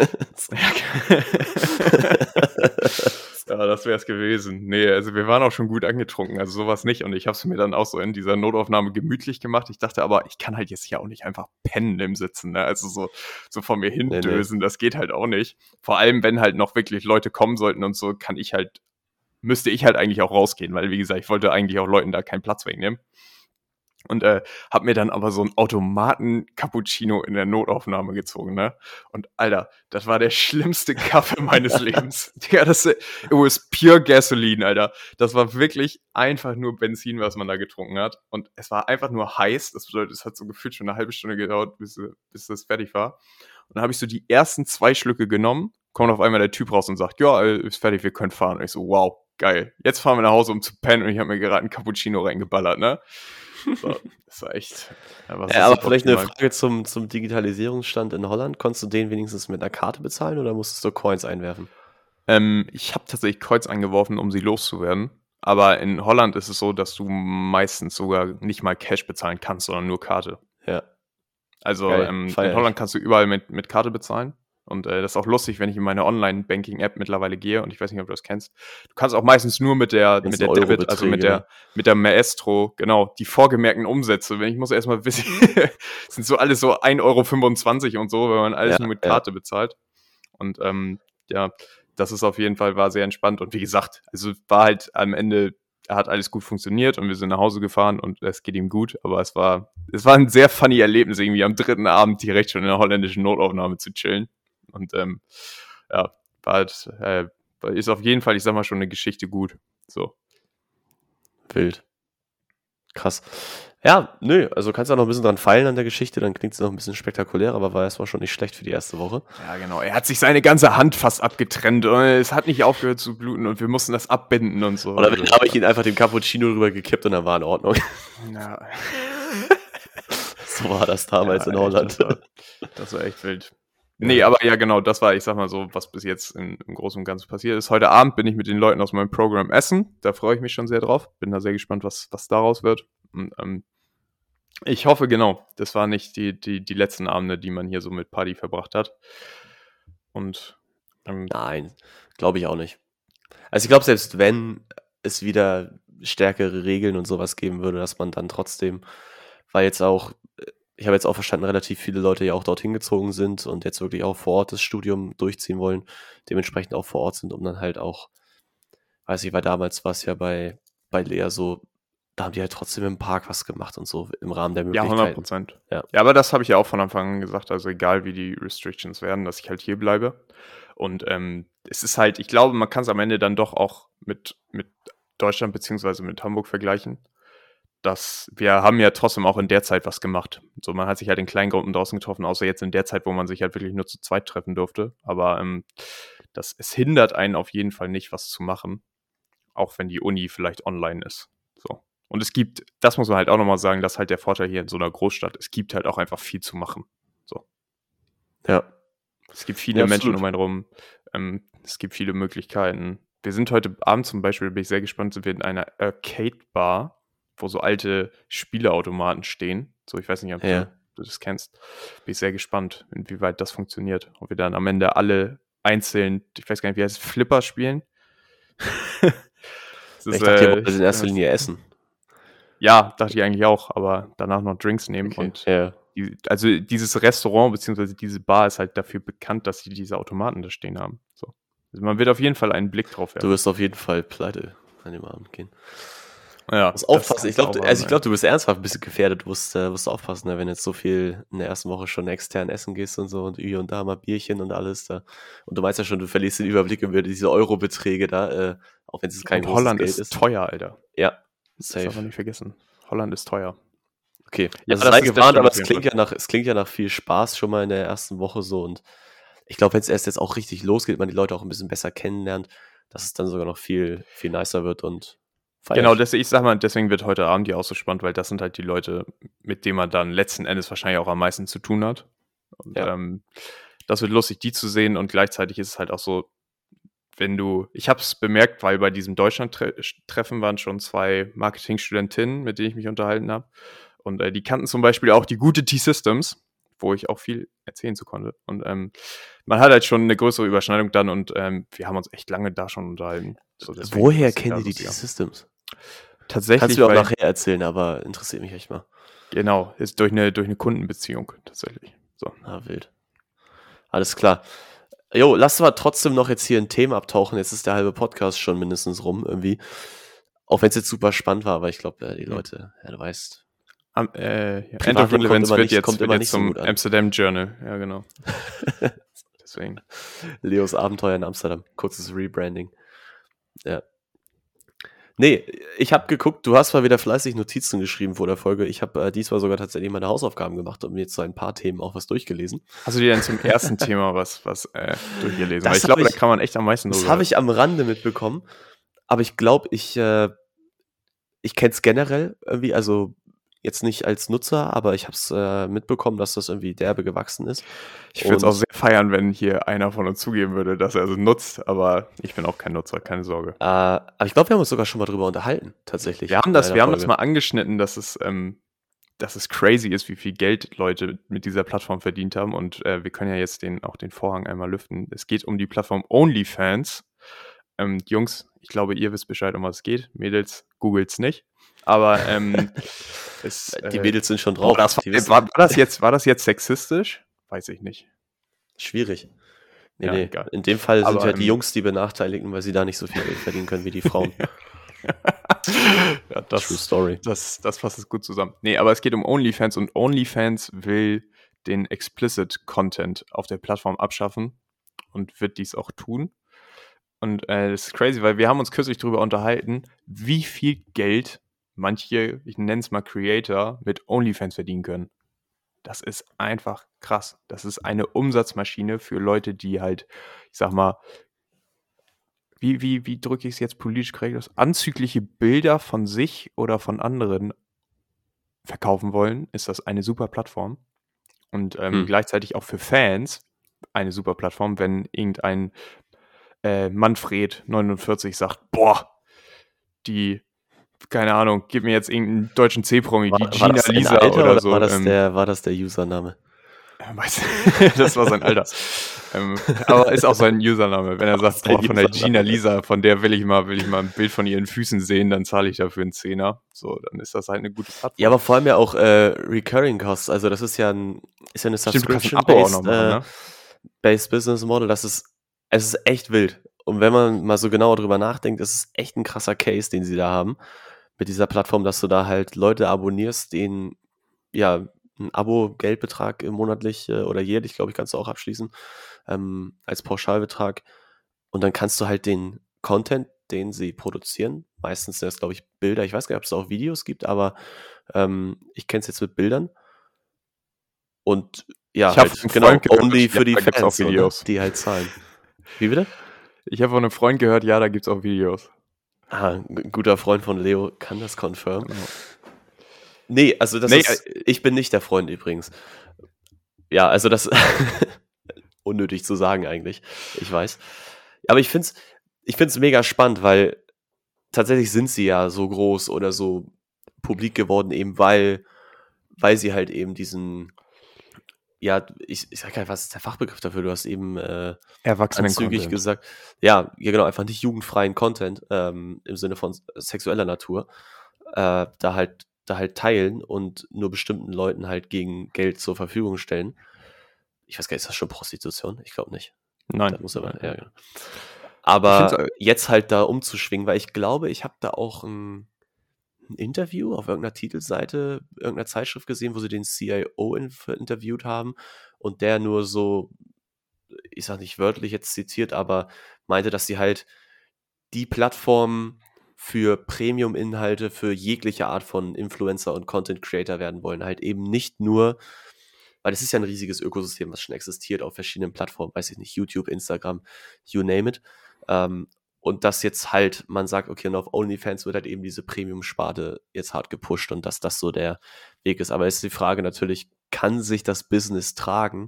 Ja, das wäre es gewesen. Nee, also wir waren auch schon gut angetrunken, also sowas nicht. Und ich habe es mir dann auch so in dieser Notaufnahme gemütlich gemacht. Ich dachte aber, ich kann halt jetzt hier auch nicht einfach pennen im Sitzen, ne? Also so, so vor mir hindösen, das geht halt auch nicht. Vor allem, wenn halt noch wirklich Leute kommen sollten und so, kann ich halt, müsste ich halt eigentlich auch rausgehen, weil wie gesagt, ich wollte eigentlich auch Leuten da keinen Platz wegnehmen. Und äh, hab mir dann aber so einen Automaten-Cappuccino in der Notaufnahme gezogen, ne? Und Alter, das war der schlimmste Kaffee meines Lebens. Digga, das it was pure gasoline, Alter. Das war wirklich einfach nur Benzin, was man da getrunken hat. Und es war einfach nur heiß. Das bedeutet, es hat so gefühlt schon eine halbe Stunde gedauert, bis, bis das fertig war. Und dann habe ich so die ersten zwei Schlücke genommen, kommt auf einmal der Typ raus und sagt, ja, ist fertig, wir können fahren. Und ich so, wow, geil. Jetzt fahren wir nach Hause, um zu pennen. Und ich habe mir gerade einen Cappuccino reingeballert, ne? So, das war echt. Ja, was Ja, ist aber vielleicht eine optimal. Frage zum, zum Digitalisierungsstand in Holland. Konntest du den wenigstens mit einer Karte bezahlen oder musstest du Coins einwerfen? Ähm, ich habe tatsächlich Kreuz eingeworfen, um sie loszuwerden. Aber in Holland ist es so, dass du meistens sogar nicht mal Cash bezahlen kannst, sondern nur Karte. Ja. Also Geil, ähm, feier in ich. Holland kannst du überall mit, mit Karte bezahlen. Und äh, das ist auch lustig, wenn ich in meine Online-Banking-App mittlerweile gehe. Und ich weiß nicht, ob du das kennst. Du kannst auch meistens nur mit der, mit der ganzen Debit, also mit Eurobeträge. der, mit der Maestro, genau, die vorgemerkten Umsätze. Wenn ich muss erstmal wissen, sind so alles so ein Euro fünfundzwanzig und so, wenn man alles Ja, nur mit ja. Karte bezahlt. Und ähm, ja, das ist auf jeden Fall, war sehr entspannt. Und wie gesagt, also war halt am Ende, hat alles gut funktioniert und wir sind nach Hause gefahren und es geht ihm gut. Aber es war, es war ein sehr funny Erlebnis, irgendwie am dritten Abend direkt schon in der holländischen Notaufnahme zu chillen. Und ähm, ja, war halt, äh, ist auf jeden Fall, ich sag mal, schon eine Geschichte gut. So. Wild. Krass. Ja, nö, also kannst du auch noch ein bisschen dran feilen an der Geschichte, dann klingt es noch ein bisschen spektakulärer, aber war erstmal schon nicht schlecht für die erste Woche. Ja, genau. Er hat sich seine ganze Hand fast abgetrennt und es hat nicht aufgehört zu bluten und wir mussten das abbinden und so. Oder Also, habe ich ihn einfach dem Cappuccino drüber gekippt und dann war in Ordnung. ja, So war das damals ja, in ey, Holland. Das war, das war echt wild. Nee, aber ja, genau, das war, ich sag mal so, was bis jetzt in, im Großen und Ganzen passiert ist. Heute Abend bin ich mit den Leuten aus meinem Programm essen. Da freue ich mich schon sehr drauf. Bin da sehr gespannt, was, was daraus wird. Und, ähm, ich hoffe, genau, das waren nicht die, die, die letzten Abende, die man hier so mit Party verbracht hat. Und ähm, Nein, glaube ich auch nicht. Also ich glaube, selbst wenn es wieder stärkere Regeln und sowas geben würde, dass man dann trotzdem, weil jetzt auch, ich habe jetzt auch verstanden, relativ viele Leute ja auch dorthin gezogen sind und jetzt wirklich auch vor Ort das Studium durchziehen wollen, dementsprechend auch vor Ort sind, um dann halt auch weiß ich, weil damals war es ja bei, bei Lea so, da haben die halt trotzdem im Park was gemacht und so im Rahmen der Ja, Möglichkeiten. hundert Prozent. Ja. Ja, aber das habe ich ja auch von Anfang an gesagt, also egal wie die Restrictions werden, dass ich halt hier bleibe. Und ähm, es ist halt, ich glaube, man kann es am Ende dann doch auch mit, mit Deutschland beziehungsweise mit Hamburg vergleichen. Dass wir haben ja trotzdem auch in der Zeit was gemacht. So, man hat sich halt in kleinen Gruppen draußen getroffen, außer jetzt in der Zeit, wo man sich halt wirklich nur zu zweit treffen durfte. Aber ähm, das, es hindert einen auf jeden Fall nicht, was zu machen. Auch wenn die Uni vielleicht online ist. So. Und es gibt, das muss man halt auch nochmal sagen, das ist halt der Vorteil hier in so einer Großstadt. Es gibt halt auch einfach viel zu machen. So. Ja. Es gibt viele Ja, Menschen absolut. um einen rum. Ähm, es gibt viele Möglichkeiten. Wir sind heute Abend zum Beispiel, bin ich sehr gespannt, sind wir in einer Arcade-Bar, wo so alte Spieleautomaten stehen. So, ich weiß nicht, ob Ja. du, du das kennst. Bin ich sehr gespannt, inwieweit das funktioniert. Ob wir dann am Ende alle einzeln, ich weiß gar nicht, wie heißt es, Flipper spielen? Das Ich ist, dachte, ihr äh, wollt in erster Linie essen. Ja, dachte ich eigentlich auch, aber danach noch Drinks nehmen. Okay. Und Ja. die, also dieses Restaurant bzw. diese Bar ist halt dafür bekannt, dass sie diese Automaten da stehen haben. So. Also man wird auf jeden Fall einen Blick drauf werfen. Du wirst auf jeden Fall pleite an dem Abend gehen. Ja, Du musst aufpassen. Ich glaube, kann's auch also ich sein. glaube, du bist ernsthaft ein bisschen gefährdet. Du musst, äh, musst aufpassen, ne, wenn jetzt so viel in der ersten Woche schon extern essen gehst und so und hier und da mal Bierchen und alles da. Und du meinst ja schon, du verlierst den Überblick über diese Eurobeträge da, äh, auch wenn es kein Und großes Holland Geld ist, ist. teuer, Alter. Ja, Das darf man safe. nicht vergessen. Holland ist teuer. Okay, Ja, also das sei ist- das gewarnt, stimmt aber auf es jeden klingt, ja nach, es klingt ja nach viel Spaß schon mal in der ersten Woche so. Und ich glaube, wenn es erst jetzt auch richtig losgeht, man die Leute auch ein bisschen besser kennenlernt, dass es dann sogar noch viel, viel nicer wird und feiert. Genau, deswegen, ich sag mal, deswegen wird heute Abend ja auch so spannend, weil das sind halt die Leute, mit denen man dann letzten Endes wahrscheinlich auch am meisten zu tun hat. Und Ja. ähm, das wird lustig, die zu sehen. Und gleichzeitig ist es halt auch so, wenn du, ich habe es bemerkt, weil bei diesem Deutschland-Treffen waren schon zwei Marketingstudentinnen, mit denen ich mich unterhalten habe. Und äh, die kannten zum Beispiel auch die gute T-Systems, wo ich auch viel erzählen zu konnte. Und ähm, man hat halt schon eine größere Überschneidung dann und ähm, wir haben uns echt lange da schon unterhalten. So, deswegen Woher ist es kennen da die die lustiger. T-Systems? Tatsächlich, Kannst du mir auch weil, nachher erzählen, aber interessiert mich echt mal. genau, ist durch eine, durch eine Kundenbeziehung tatsächlich. So. Ah, wild. Alles klar. Jo, lass mal trotzdem noch jetzt hier ein Thema abtauchen. Jetzt ist der halbe Podcast schon mindestens rum irgendwie. Auch wenn es jetzt super spannend war, aber ich glaube, äh, die Hm. Leute, ja, du weißt. Am, äh, ja, End Privatleben of kommt Relevance immer wird nicht- jetzt, kommt wird immer jetzt nicht so zum gut an. Amsterdam Journal. Ja, genau. Deswegen. Leos Abenteuer in Amsterdam. Kurzes Rebranding. Ja. Nee, ich habe geguckt, du hast mal wieder fleißig Notizen geschrieben vor der Folge. Ich habe äh, diesmal sogar tatsächlich meine Hausaufgaben gemacht und mir jetzt so ein paar Themen auch was durchgelesen. Hast du dir denn zum ersten Thema was, was äh, durchgelesen? Das Weil ich hab glaube, da ich- kann man echt am meisten Das drüber. habe ich am Rande mitbekommen, aber ich glaube, ich, äh, ich kenne es generell irgendwie, also jetzt nicht als Nutzer, aber ich habe es äh, mitbekommen, dass das irgendwie derbe gewachsen ist. Ich würde es und- auch sehr feiern, wenn hier einer von uns zugeben würde, dass er es nutzt, aber ich bin auch kein Nutzer, keine Sorge. Äh, aber ich glaube, wir haben uns sogar schon mal drüber unterhalten, tatsächlich. Wir haben in das, einer wir haben das Folge. mal angeschnitten, dass es, ähm, dass es crazy ist, wie viel Geld Leute mit dieser Plattform verdient haben. Und äh, wir können ja jetzt den, auch den Vorhang einmal lüften. Es geht um die Plattform OnlyFans. Ähm, Jungs, ich glaube, ihr wisst Bescheid, um was es geht. Mädels, googelt's nicht. Aber ähm, es, Die äh, Mädels sind schon drauf. oh, das war, die wissen- war, war, das jetzt, war das jetzt sexistisch? Weiß ich nicht. Schwierig. Nee, Ja, nee. egal. In dem Fall sind Aber, ja die ähm, Jungs die Benachteiligten, weil sie da nicht so viel Geld verdienen können wie die Frauen. ja, das, True Story. Das, das fasst es gut zusammen. Nee, aber es geht um OnlyFans und OnlyFans will den Explicit Content auf der Plattform abschaffen und wird dies auch tun. Und äh, das ist crazy, weil wir haben uns kürzlich darüber unterhalten, wie viel Geld manche, ich nenne es mal Creator, mit OnlyFans verdienen können. Das ist einfach krass. Das ist eine Umsatzmaschine für Leute, die halt, ich sag mal, wie, wie, wie drücke ich es jetzt politisch korrekt aus, anzügliche Bilder von sich oder von anderen verkaufen wollen, ist das eine super Plattform. Und ähm, Hm. gleichzeitig auch für Fans eine super Plattform, wenn irgendein äh, Manfred neunundvierzig sagt, boah, die, keine Ahnung, gib mir jetzt irgendeinen deutschen C-Promi, die War, war Gina das ein Lisa Alter oder, oder so. war, das ähm, der, war das der Username? weiß, das war sein Alter. ähm, aber ist auch sein Username. Wenn er Das ist sagt, sein boah, von der Username. Gina Lisa, von der will ich mal, will ich mal ein Bild von ihren Füßen sehen, dann zahle ich dafür einen Zehner. So, dann ist das halt eine gute Plattform. Ja, aber vor allem ja auch äh, Recurring Costs. Also das ist ja, ein, ist ja eine Stimmt, du kannst ein Abo auch noch Subscription-based machen, äh, ne? based Business Model. Das ist, es ist echt wild. Und wenn man mal so genauer drüber nachdenkt, ist es echt ein krasser Case, den sie da haben mit dieser Plattform, dass du da halt Leute abonnierst, denen ja ein Abo-Geldbetrag im monatlich äh, oder jährlich, glaube ich, kannst du auch abschließen, ähm, als Pauschalbetrag. Und dann kannst du halt den Content, den sie produzieren, meistens sind das, glaube ich, Bilder, ich weiß gar nicht, ob es auch Videos gibt, aber ähm, ich kenne es jetzt mit Bildern. Und ja, Ich habe halt, von einem genau, Freund gehört, only ja, für die da gibt's auch Fans, so, ne? Videos. Die halt zahlen. Wie bitte? Ich habe von einem Freund gehört, ja, da gibt's auch Videos. Ah, ein guter Freund von Leo kann das confirm. Genau. Nee, also das Nee, ist, ich bin nicht der Freund übrigens. Ja, also das unnötig zu sagen eigentlich, ich weiß. Aber ich find's, ich find's mega spannend, weil tatsächlich sind sie ja so groß oder so publik geworden, eben weil, weil sie halt eben diesen, ja, ich, ich sag gar nicht, was ist der Fachbegriff dafür? Du hast eben äh, anzüglich Erwachsenen-Content. gesagt, ja, ja genau, einfach nicht jugendfreien Content ähm, im Sinne von sexueller Natur, äh, da halt, da halt teilen und nur bestimmten Leuten halt gegen Geld zur Verfügung stellen. Ich weiß gar nicht, ist das schon Prostitution? Ich glaube nicht. Da Nein. muss aber, nein. ja, genau. Ich Aber find's, äh, jetzt halt da umzuschwingen, weil ich glaube, ich habe da auch ein, ein Interview auf irgendeiner Titelseite, irgendeiner Zeitschrift gesehen, wo sie den C I O in, interviewt haben und der nur so, ich sag nicht wörtlich jetzt zitiert, aber meinte, dass sie halt die Plattform für Premium-Inhalte für jegliche Art von Influencer und Content Creator werden wollen. Halt eben nicht nur, weil das ist ja ein riesiges Ökosystem, was schon existiert auf verschiedenen Plattformen, weiß ich nicht, YouTube, Instagram, you name it. Ähm, und dass jetzt halt man sagt, okay, und auf OnlyFans wird halt eben diese Premium-Sparte jetzt hart gepusht und dass das so der Weg ist. Aber jetzt ist die Frage natürlich, kann sich das Business tragen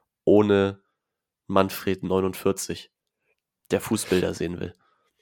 ohne Manfred neunundvierzig, der Fußbilder sehen will?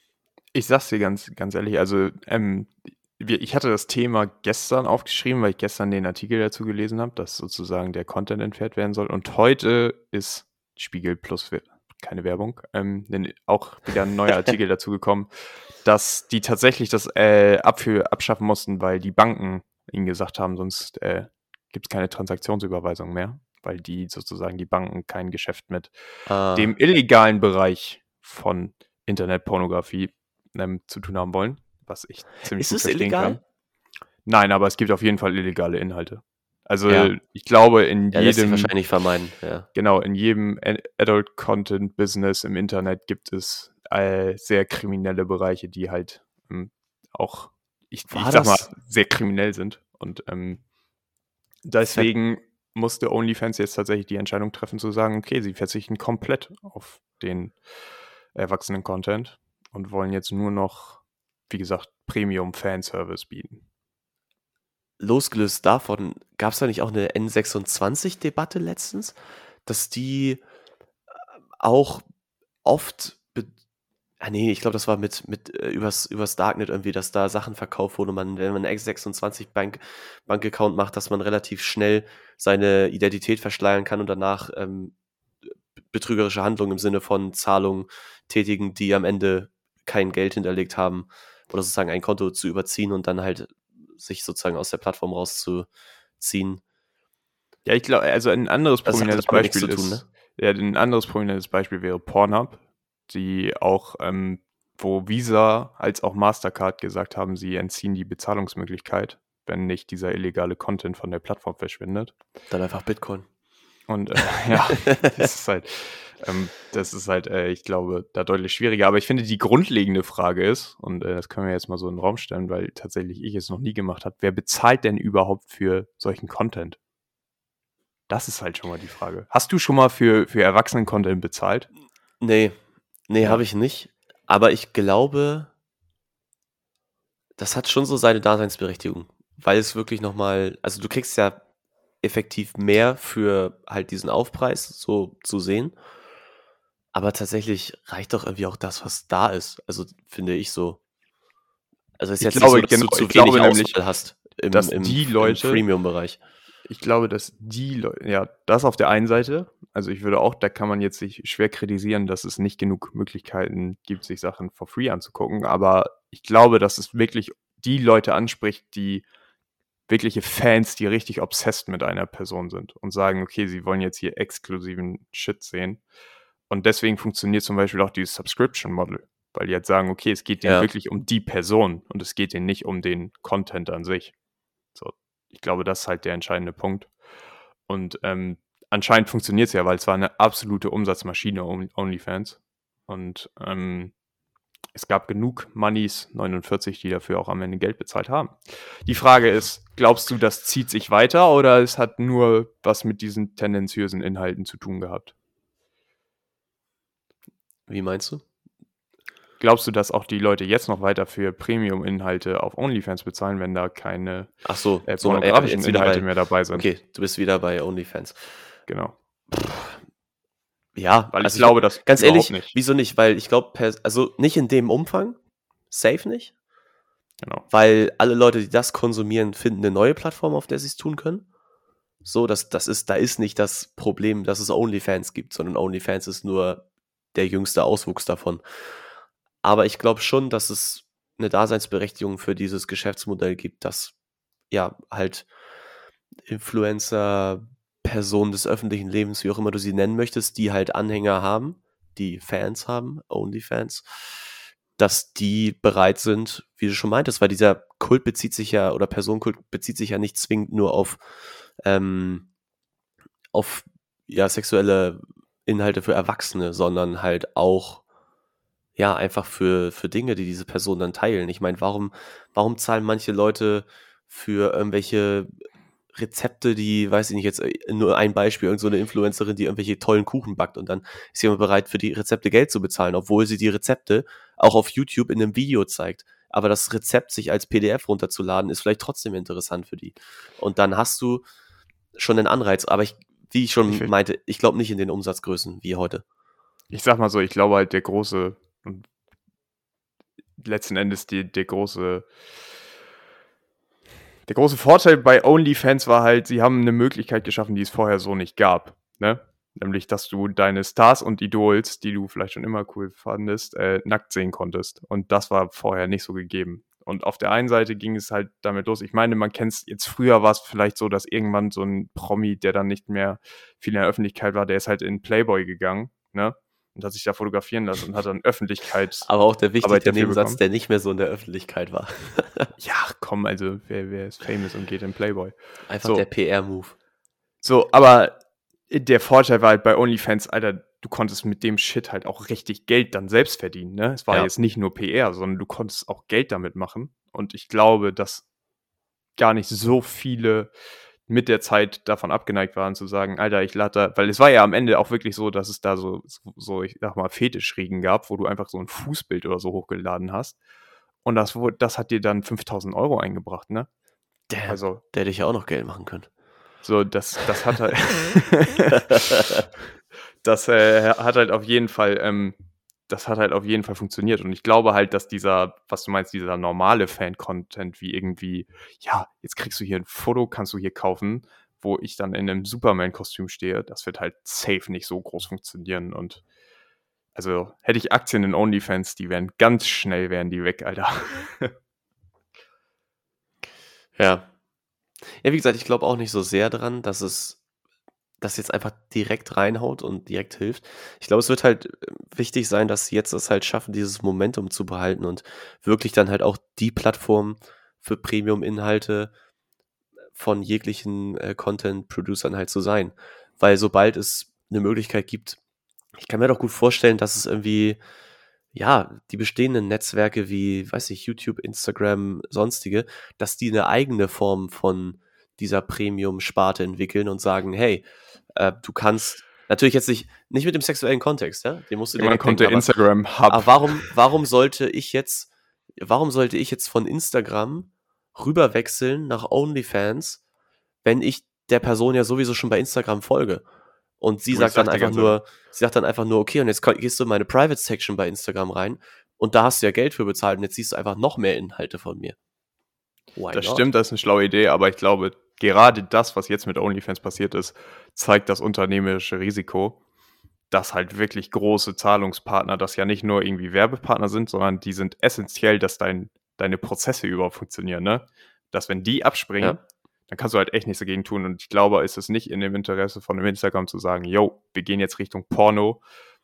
Ich sag's dir ganz, ganz ehrlich, also ähm, wir, ich hatte das Thema gestern aufgeschrieben, weil ich gestern den Artikel dazu gelesen habe, dass sozusagen der Content entfernt werden soll. Und heute ist Spiegel Plus, keine Werbung, ähm, denn auch wieder ein neuer Artikel dazu gekommen, dass die tatsächlich das äh, Abführ abschaffen mussten, weil die Banken ihnen gesagt haben, sonst äh, gibt es keine Transaktionsüberweisung mehr, weil die sozusagen die Banken kein Geschäft mit Ah, dem illegalen Bereich von Internetpornografie ähm, zu tun haben wollen, was ich ziemlich ist gut es verstehen illegal? kann. Nein, aber es gibt auf jeden Fall illegale Inhalte. Also Ja. ich glaube, in Ja, lässt sich jedem, wahrscheinlich vermeiden, ja. genau, in jedem Ad- Adult-Content-Business im Internet gibt es äh, sehr kriminelle Bereiche, die halt ähm, auch, ich, War ich sag mal, das? sehr kriminell sind. Und ähm, Das ist ja, deswegen musste OnlyFans jetzt tatsächlich die Entscheidung treffen zu sagen, okay, sie verzichten komplett auf den Erwachsenen-Content und wollen jetzt nur noch, wie gesagt, Premium-Fanservice bieten. losgelöst davon, gab es da nicht auch eine N sechsundzwanzig-Debatte letztens, dass die auch oft, be ah ne, ich glaube, das war mit mit, äh, übers übers Darknet irgendwie, dass da Sachen verkauft wurden und man, wenn man 'n N sechsundzwanzig Bank Bankaccount macht, dass man relativ schnell seine Identität verschleiern kann und danach, ähm, b betrügerische Handlungen im Sinne von Zahlungen tätigen, die am Ende kein Geld hinterlegt haben oder sozusagen ein Konto zu überziehen und dann halt sich sozusagen aus der Plattform rauszuziehen. Ja, ich glaube, also ein anderes Das hat prominentes damit nix Beispiel zu tun, ne? ist, ja, ein anderes prominentes Beispiel wäre Pornhub, die auch, ähm, wo Visa als auch Mastercard gesagt haben, sie entziehen die Bezahlungsmöglichkeit, wenn nicht dieser illegale Content von der Plattform verschwindet. Dann einfach Bitcoin. Und äh, ja, das ist halt, ähm, das ist halt, äh, ich glaube, da deutlich schwieriger. Aber ich finde, die grundlegende Frage ist, und äh, das können wir jetzt mal so in den Raum stellen, weil tatsächlich ich es noch nie gemacht habe, wer bezahlt denn überhaupt für solchen Content? Das ist halt schon mal die Frage. Hast du schon mal für, für Erwachsenen-Content bezahlt? Ne, ne, Ja. habe ich nicht. Aber ich glaube, das hat schon so seine Daseinsberechtigung, weil es wirklich noch mal, also, du kriegst ja effektiv mehr für halt diesen Aufpreis so zu sehen, aber tatsächlich reicht doch irgendwie auch das, was da ist. Also, finde ich so. Also, ist Ich jetzt nicht so, glaube, dass genau, du ich zu glaube wenig nämlich, Auswahl hast im dass im die im Leute, Freemium-Bereich. ich glaube, dass die Leute, ja, das auf der einen Seite, also ich würde auch, da kann man jetzt sich schwer kritisieren, dass es nicht genug Möglichkeiten gibt, sich Sachen for free anzugucken, aber ich glaube, dass es wirklich die Leute anspricht, die wirkliche Fans, die richtig obsessed mit einer Person sind und sagen, okay, sie wollen jetzt hier exklusiven Shit sehen. Und deswegen funktioniert zum Beispiel auch dieses Subscription-Model, weil die jetzt sagen, okay, es geht denen Ja. wirklich um die Person und es geht denen nicht um den Content an sich. So, ich glaube, das ist halt der entscheidende Punkt. Und ähm, anscheinend funktioniert es ja, weil es war eine absolute Umsatzmaschine, OnlyFans. Und ähm, es gab genug Moneys, neunundvierzig, die dafür auch am Ende Geld bezahlt haben. Die Frage ist, glaubst du, das zieht sich weiter oder es hat nur was mit diesen tendenziösen Inhalten zu tun gehabt? Wie meinst du? Glaubst du, dass auch die Leute jetzt noch weiter für Premium-Inhalte auf OnlyFans bezahlen, wenn da keine Ach so, äh, so pornografischen jetzt wieder Inhalte bei, mehr dabei sind? Okay, du bist wieder bei OnlyFans. Genau. Ja, Weil ich also glaube, das ganz überhaupt ehrlich, nicht. wieso nicht? Weil ich glaube, also nicht in dem Umfang, safe nicht, Genau. weil alle Leute, die das konsumieren, finden eine neue Plattform, auf der sie es tun können. So, das, das ist, da ist nicht das Problem, dass es OnlyFans gibt, sondern OnlyFans ist nur der jüngste Auswuchs davon. Aber ich glaube schon, dass es eine Daseinsberechtigung für dieses Geschäftsmodell gibt, dass ja halt Influencer, Personen des öffentlichen Lebens, wie auch immer du sie nennen möchtest, die halt Anhänger haben, die Fans haben, OnlyFans, dass die bereit sind, wie du schon meintest, weil dieser Kult bezieht sich ja, oder Personenkult bezieht sich ja nicht zwingend nur auf, ähm, auf ja, sexuelle Inhalte für Erwachsene, sondern halt auch ja, einfach für, für Dinge, die diese Personen dann teilen. Ich meine, warum, warum zahlen manche Leute für irgendwelche Rezepte, die, weiß ich nicht, jetzt äh, nur ein Beispiel, irgend so eine Influencerin, die irgendwelche tollen Kuchen backt und dann ist jemand bereit, für die Rezepte Geld zu bezahlen, obwohl sie die Rezepte auch auf YouTube in einem Video zeigt. Aber das Rezept sich als P D F runterzuladen, ist vielleicht trotzdem interessant für die. Und dann hast du schon einen Anreiz. Aber ich, wie ich schon Ich will- meinte, ich glaube nicht in den Umsatzgrößen wie heute. Ich sag mal so, ich glaube halt, der große und letzten Endes die, der große der große Vorteil bei OnlyFans war halt, sie haben eine Möglichkeit geschaffen, die es vorher so nicht gab, ne? Nämlich, dass du deine Stars und Idols, die du vielleicht schon immer cool fandest, äh, nackt sehen konntest. Und das war vorher nicht so gegeben. Und auf der einen Seite ging es halt damit los. Ich meine, man kennt es jetzt, früher war es vielleicht so, dass irgendwann so ein Promi, der dann nicht mehr viel in der Öffentlichkeit war, der ist halt in Playboy gegangen, ne? Und hat sich da fotografieren lassen und hat dann Öffentlichkeit. Aber auch der wichtigste Arbeit dafür Nebensatz, bekommen. der nicht mehr so in der Öffentlichkeit war. Ja, komm, also wer, wer ist famous und geht in Playboy? Einfach So. der P R-Move. So, aber der Vorteil war halt bei OnlyFans, Alter, du konntest mit dem Shit halt auch richtig Geld dann selbst verdienen, ne? Es war Ja. jetzt nicht nur P R, sondern du konntest auch Geld damit machen. Und ich glaube, dass gar nicht so viele mit der Zeit davon abgeneigt waren, zu sagen, Alter, ich lade da, weil es war ja am Ende auch wirklich so, dass es da so, so ich sag mal, Fetischriegen gab, wo du einfach so ein Fußbild oder so hochgeladen hast. Und das, wurde- das hat dir dann fünftausend Euro eingebracht, ne? Damn, Also, der hätte ich ja auch noch Geld machen können. so, das, das hat halt. das äh, hat halt auf jeden Fall, ähm, das hat halt auf jeden Fall funktioniert. Und ich glaube halt, dass dieser, was du meinst, dieser normale Fan-Content, wie irgendwie, ja, jetzt kriegst du hier ein Foto, kannst du hier kaufen, wo ich dann in einem Superman-Kostüm stehe, das wird halt safe nicht so groß funktionieren. Und also hätte ich Aktien in OnlyFans, die wären ganz schnell, wären die weg, Alter. Ja. Ja, wie gesagt, ich glaube auch nicht so sehr dran, dass es das jetzt einfach direkt reinhaut und direkt hilft. Ich glaube, es wird halt äh, wichtig sein, dass sie jetzt es halt schaffen, dieses Momentum zu behalten und wirklich dann halt auch die Plattform für Premium-Inhalte von jeglichen äh, Content-Producern halt zu sein. Weil sobald es eine Möglichkeit gibt, ich kann mir doch gut vorstellen, dass es irgendwie, ja, die bestehenden Netzwerke wie, weiß ich, YouTube, Instagram, sonstige, dass die eine eigene Form von dieser Premium-Sparte entwickeln und sagen, hey, äh, du kannst, natürlich jetzt nicht, nicht mit dem sexuellen Kontext, ja, den musst du dir Irgendwann kommt der wegdenken, aber, Instagram-Hub. aber warum, warum sollte ich jetzt, warum sollte ich jetzt von Instagram rüberwechseln nach OnlyFans, wenn ich der Person ja sowieso schon bei Instagram folge? Und sie Du, sagt ich dann sag dir einfach ganz nur, sie sagt dann einfach nur, okay, und jetzt ko- gehst du in meine Private Section bei Instagram rein und da hast du ja Geld für bezahlt und jetzt siehst du einfach noch mehr Inhalte von mir. Why Das not? stimmt, das ist eine schlaue Idee, aber ich glaube, gerade das, was jetzt mit OnlyFans passiert ist, zeigt das unternehmerische Risiko, dass halt wirklich große Zahlungspartner, das ja nicht nur irgendwie Werbepartner sind, sondern die sind essentiell, dass dein, deine Prozesse überhaupt funktionieren, ne? Dass wenn die abspringen, Ja. dann kannst du halt echt nichts dagegen tun. Und ich glaube, ist es nicht in dem Interesse von dem Instagram zu sagen, yo, wir gehen jetzt Richtung Porno,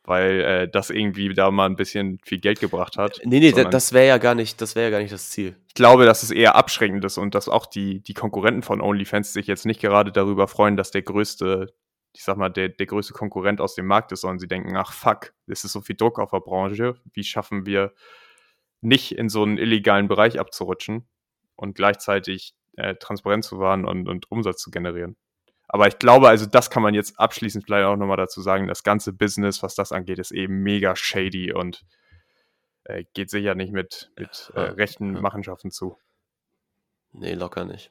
weil äh, das irgendwie da mal ein bisschen viel Geld gebracht hat. Nee, nee, das wäre ja gar nicht, das wäre ja gar nicht das Ziel. Ich glaube, dass es eher abschreckend ist und dass auch die, die Konkurrenten von OnlyFans sich jetzt nicht gerade darüber freuen, dass der größte, ich sag mal, der, der größte Konkurrent aus dem Markt ist, sondern sie denken, ach fuck, es ist so viel Druck auf der Branche, wie schaffen wir nicht in so einen illegalen Bereich abzurutschen und gleichzeitig äh, transparent zu wahren und, und Umsatz zu generieren. Aber ich glaube, also das kann man jetzt abschließend vielleicht auch nochmal dazu sagen, das ganze Business, was das angeht, ist eben mega shady und äh, geht sicher nicht mit, mit äh, rechten Ja. Machenschaften zu. Nee, locker nicht.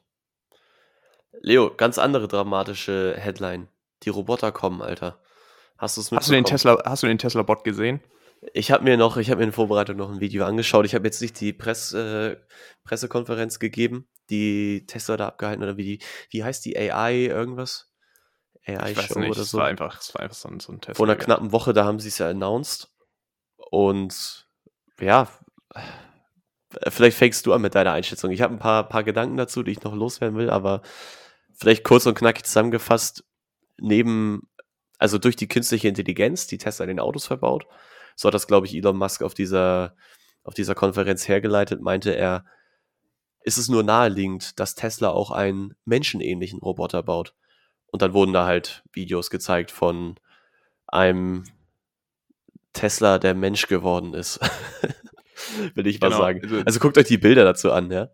Leo, ganz andere dramatische Headline. Die Roboter kommen, Alter. Hast du es Hast du den mitbekommen? Tesla, hast du den Tesla-Bot gesehen? Ich habe mir noch, ich habe mir in Vorbereitung noch ein Video angeschaut. Ich habe jetzt nicht die Press, äh, Pressekonferenz gegeben, die Tesla da abgehalten oder wie die, wie heißt die A I irgendwas? A Ich weiß I-Show nicht, oder es so. war einfach, es war einfach so ein, so ein Tesla. Vor einer knappen Woche, da haben sie es ja announced. Und ja, vielleicht fängst du an mit deiner Einschätzung. Ich habe ein paar, paar Gedanken dazu, die ich noch loswerden will, aber vielleicht kurz und knackig zusammengefasst, neben, also durch die künstliche Intelligenz, die Tesla in den Autos verbaut, so hat das, glaube ich, Elon Musk auf dieser, auf dieser Konferenz hergeleitet, meinte er, ist es nur naheliegend, dass Tesla auch einen menschenähnlichen Roboter baut. Und dann wurden da halt Videos gezeigt von einem Tesla, der Mensch geworden ist. Will ich mal Genau, sagen. also- Also guckt euch die Bilder dazu an, ja.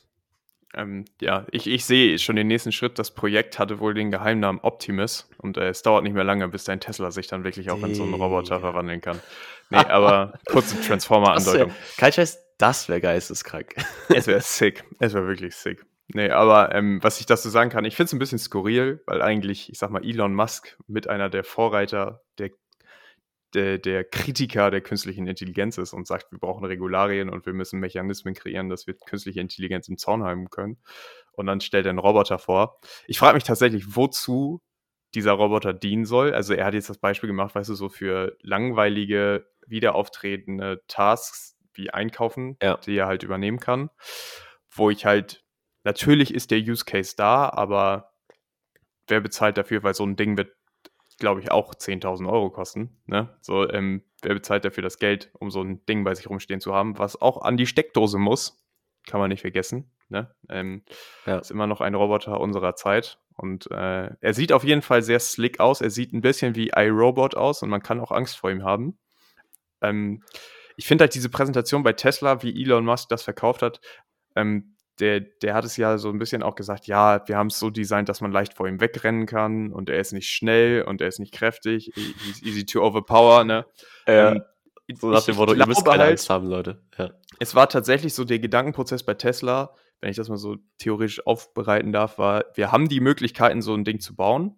Ähm, ja, ich, ich sehe schon den nächsten Schritt. Das Projekt hatte wohl den Geheimnamen Optimus und äh, es dauert nicht mehr lange, bis dein Tesla sich dann wirklich auch in so einen Roboter Digga. verwandeln kann. Nee, aber kurze Transformer-Andeutung. Kein Scheiß, das wäre geisteskrank. Es wäre sick. Es wäre wirklich sick. Nee, aber ähm, was ich dazu sagen kann, ich finde es ein bisschen skurril, weil eigentlich, ich sag mal, Elon Musk mit einer der Vorreiter der, der, der Kritiker der künstlichen Intelligenz ist und sagt, wir brauchen Regularien und wir müssen Mechanismen kreieren, dass wir künstliche Intelligenz im Zaun halten können. Und dann stellt er einen Roboter vor. Ich frage mich tatsächlich, wozu dieser Roboter dienen soll. Also er hat jetzt das Beispiel gemacht, weißt du, so für langweilige, wiederauftretende Tasks wie Einkaufen, Ja. die er halt übernehmen kann. Wo ich halt, natürlich ist der Use Case da, aber wer bezahlt dafür, weil so ein Ding wird, glaube ich, auch zehntausend Euro kosten. Ne? So, ähm, wer bezahlt dafür das Geld, um so ein Ding bei sich rumstehen zu haben, was auch an die Steckdose muss, kann man nicht vergessen. Ne? Ähm, Ja. Ist immer noch ein Roboter unserer Zeit. Und äh, er sieht auf jeden Fall sehr slick aus. Er sieht ein bisschen wie iRobot aus und man kann auch Angst vor ihm haben. Ähm, ich finde halt diese Präsentation bei Tesla, wie Elon Musk das verkauft hat, ähm, der, der hat es ja so ein bisschen auch gesagt, ja, wir haben es so designt, dass man leicht vor ihm wegrennen kann und er ist nicht schnell und er ist nicht kräftig, he's easy to overpower, ne? Ja, ähm, so nach ich- dem ich Motto, ihr müsst glaube keine halt, Angst haben, Leute. Ja. es war tatsächlich so der Gedankenprozess bei Tesla, wenn ich das mal so theoretisch aufbereiten darf, war, wir haben die Möglichkeiten, so ein Ding zu bauen.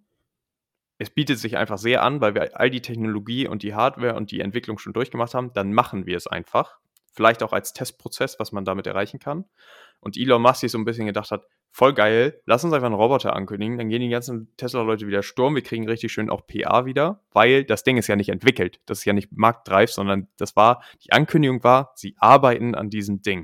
Es bietet sich einfach sehr an, weil wir all die Technologie und die Hardware und die Entwicklung schon durchgemacht haben, dann machen wir es einfach. Vielleicht auch als Testprozess, was man damit erreichen kann. Und Elon Musk sich so ein bisschen gedacht hat, voll geil, lass uns einfach einen Roboter ankündigen, dann gehen die ganzen Tesla-Leute wieder Sturm, wir kriegen richtig schön auch P R wieder, weil das Ding ist ja nicht entwickelt, das ist ja nicht marktreif, sondern das war, die Ankündigung war, sie arbeiten an diesem Ding.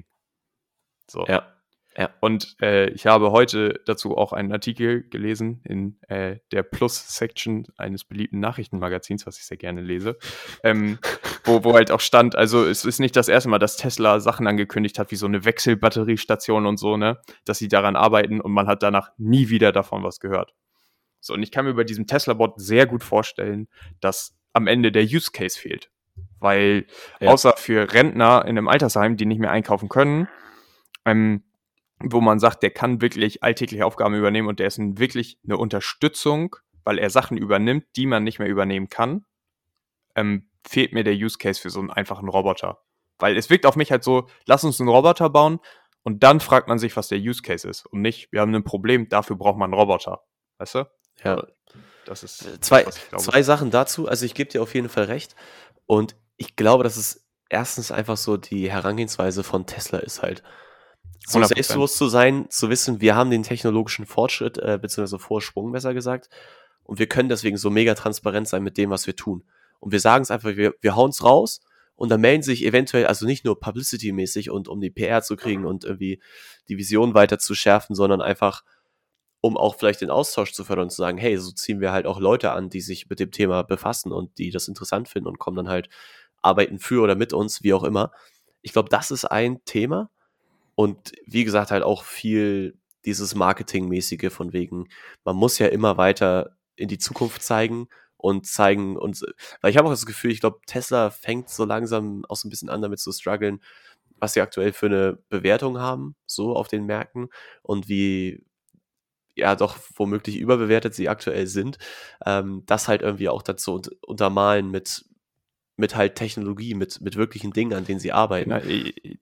So. Ja. Ja. Und äh, ich habe heute dazu auch einen Artikel gelesen in äh, der Plus-Section eines beliebten Nachrichtenmagazins, was ich sehr gerne lese, ähm, wo, wo halt auch stand, also es ist nicht das erste Mal, dass Tesla Sachen angekündigt hat, wie so eine Wechselbatteriestation und so, ne, dass sie daran arbeiten und man hat danach nie wieder davon was gehört. So, und ich kann mir bei diesem Tesla-Bot sehr gut vorstellen, dass am Ende der Use Case fehlt. Weil Ja. außer für Rentner in einem Altersheim, die nicht mehr einkaufen können, ähm, wo man sagt, der kann wirklich alltägliche Aufgaben übernehmen und der ist ein, wirklich eine Unterstützung, weil er Sachen übernimmt, die man nicht mehr übernehmen kann, ähm, fehlt mir der Use Case für so einen einfachen Roboter. Weil es wirkt auf mich halt so, lass uns einen Roboter bauen und dann fragt man sich, was der Use Case ist und nicht, wir haben ein Problem, dafür braucht man einen Roboter. Weißt du? Ja. Das ist Zwei, das, was ich glaube. zwei Sachen dazu. Also ich gebe dir auf jeden Fall recht. Und ich glaube, dass es erstens einfach so die Herangehensweise von Tesla ist halt. So hundert Prozent. selbstbewusst zu sein, zu wissen, wir haben den technologischen Fortschritt, äh, beziehungsweise Vorsprung, besser gesagt. Und wir können deswegen so mega transparent sein mit dem, was wir tun. Und wir sagen es einfach, wir, wir hauen es raus und dann melden sich eventuell, also nicht nur publicity-mäßig und um die P R zu kriegen und irgendwie die Vision weiter zu schärfen, sondern einfach, um auch vielleicht den Austausch zu fördern und zu sagen, hey, so ziehen wir halt auch Leute an, die sich mit dem Thema befassen und die das interessant finden und kommen dann halt arbeiten für oder mit uns, wie auch immer. Ich glaube, das ist ein Thema und wie gesagt halt auch viel dieses Marketingmäßige von wegen, man muss ja immer weiter in die Zukunft zeigen und zeigen und, weil ich habe auch das Gefühl, ich glaube, Tesla fängt so langsam auch so ein bisschen an damit zu strugglen, was sie aktuell für eine Bewertung haben, so auf den Märkten und wie, ja, doch womöglich überbewertet sie aktuell sind, ähm, das halt irgendwie auch dazu unt untermalen mit mit halt Technologie, mit mit wirklichen Dingen, an denen sie arbeiten. Genau, i i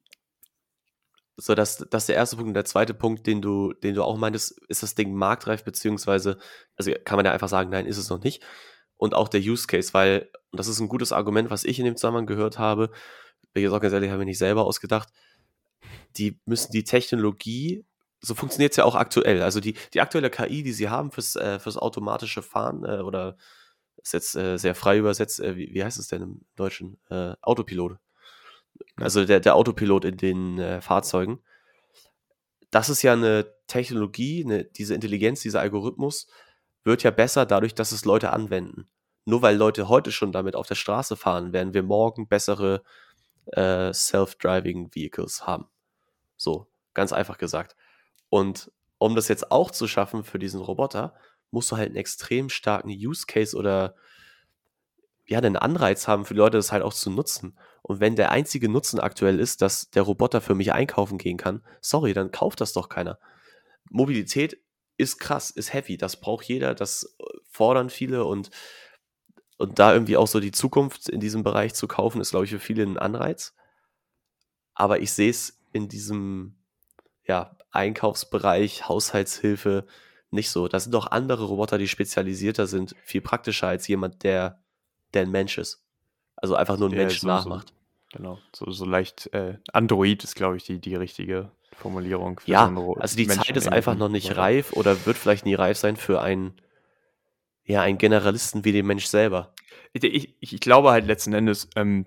So, das das ist der erste Punkt. Und der zweite Punkt, den du den du auch meintest, ist das Ding marktreif, beziehungsweise also, kann man ja einfach sagen: „Nein, ist es noch nicht." Und auch der Use Case, weil und das ist ein gutes Argument, was ich in dem Zusammenhang gehört habe, bin ich jetzt auch ganz ehrlich, habe ich nicht selber ausgedacht. Die müssen die Technologie so funktioniert's ja auch aktuell. Also, die die aktuelle K I, die sie haben fürs äh, fürs automatische Fahren, äh, oder ist jetzt, äh, sehr frei übersetzt, äh, wie wie heißt es denn im Deutschen? Äh, Autopilot. ja, Also, der der Autopilot in den, äh, Fahrzeugen. Das ist ja eine Technologie, 'ne diese Intelligenz, dieser Algorithmus wird ja besser dadurch, dass es Leute anwenden. Nur weil Leute heute schon damit auf der Straße fahren, werden wir morgen bessere, äh, Self-Driving Vehicles haben. So, ganz einfach gesagt. Und um das jetzt auch zu schaffen für diesen Roboter, musst du halt 'n extrem starken Use Case oder, ja, 'nen Anreiz haben für die Leute, das halt auch zu nutzen. Und wenn der einzige Nutzen aktuell ist, dass der Roboter für mich einkaufen gehen kann, sorry, dann kauft das doch keiner. Mobilität ist krass, ist heavy, das braucht jeder, das, äh, fordern viele und und da irgendwie auch so die Zukunft in diesem Bereich zu kaufen, ist, glaube ich, für viele 'n Anreiz. Aber ich sehe es in diesem, ja, Einkaufsbereich, Haushaltshilfe nicht so. Da sind doch andere Roboter, die spezialisierter sind, viel praktischer als jemand, der der 'n Mensch ist. Also, einfach nur 'n der Menschen so so nachmacht. genau, so so leicht, äh Android ist, glaube ich, die die richtige Formulierung für so Ja, 'n ro also die Zeit ist einfach menschenähnlichen noch nicht Roboter. reif oder wird vielleicht nie reif sein für einen, ja, einen Generalisten wie den Mensch selber. Ich ich ich glaube halt letzten Endes, ähm,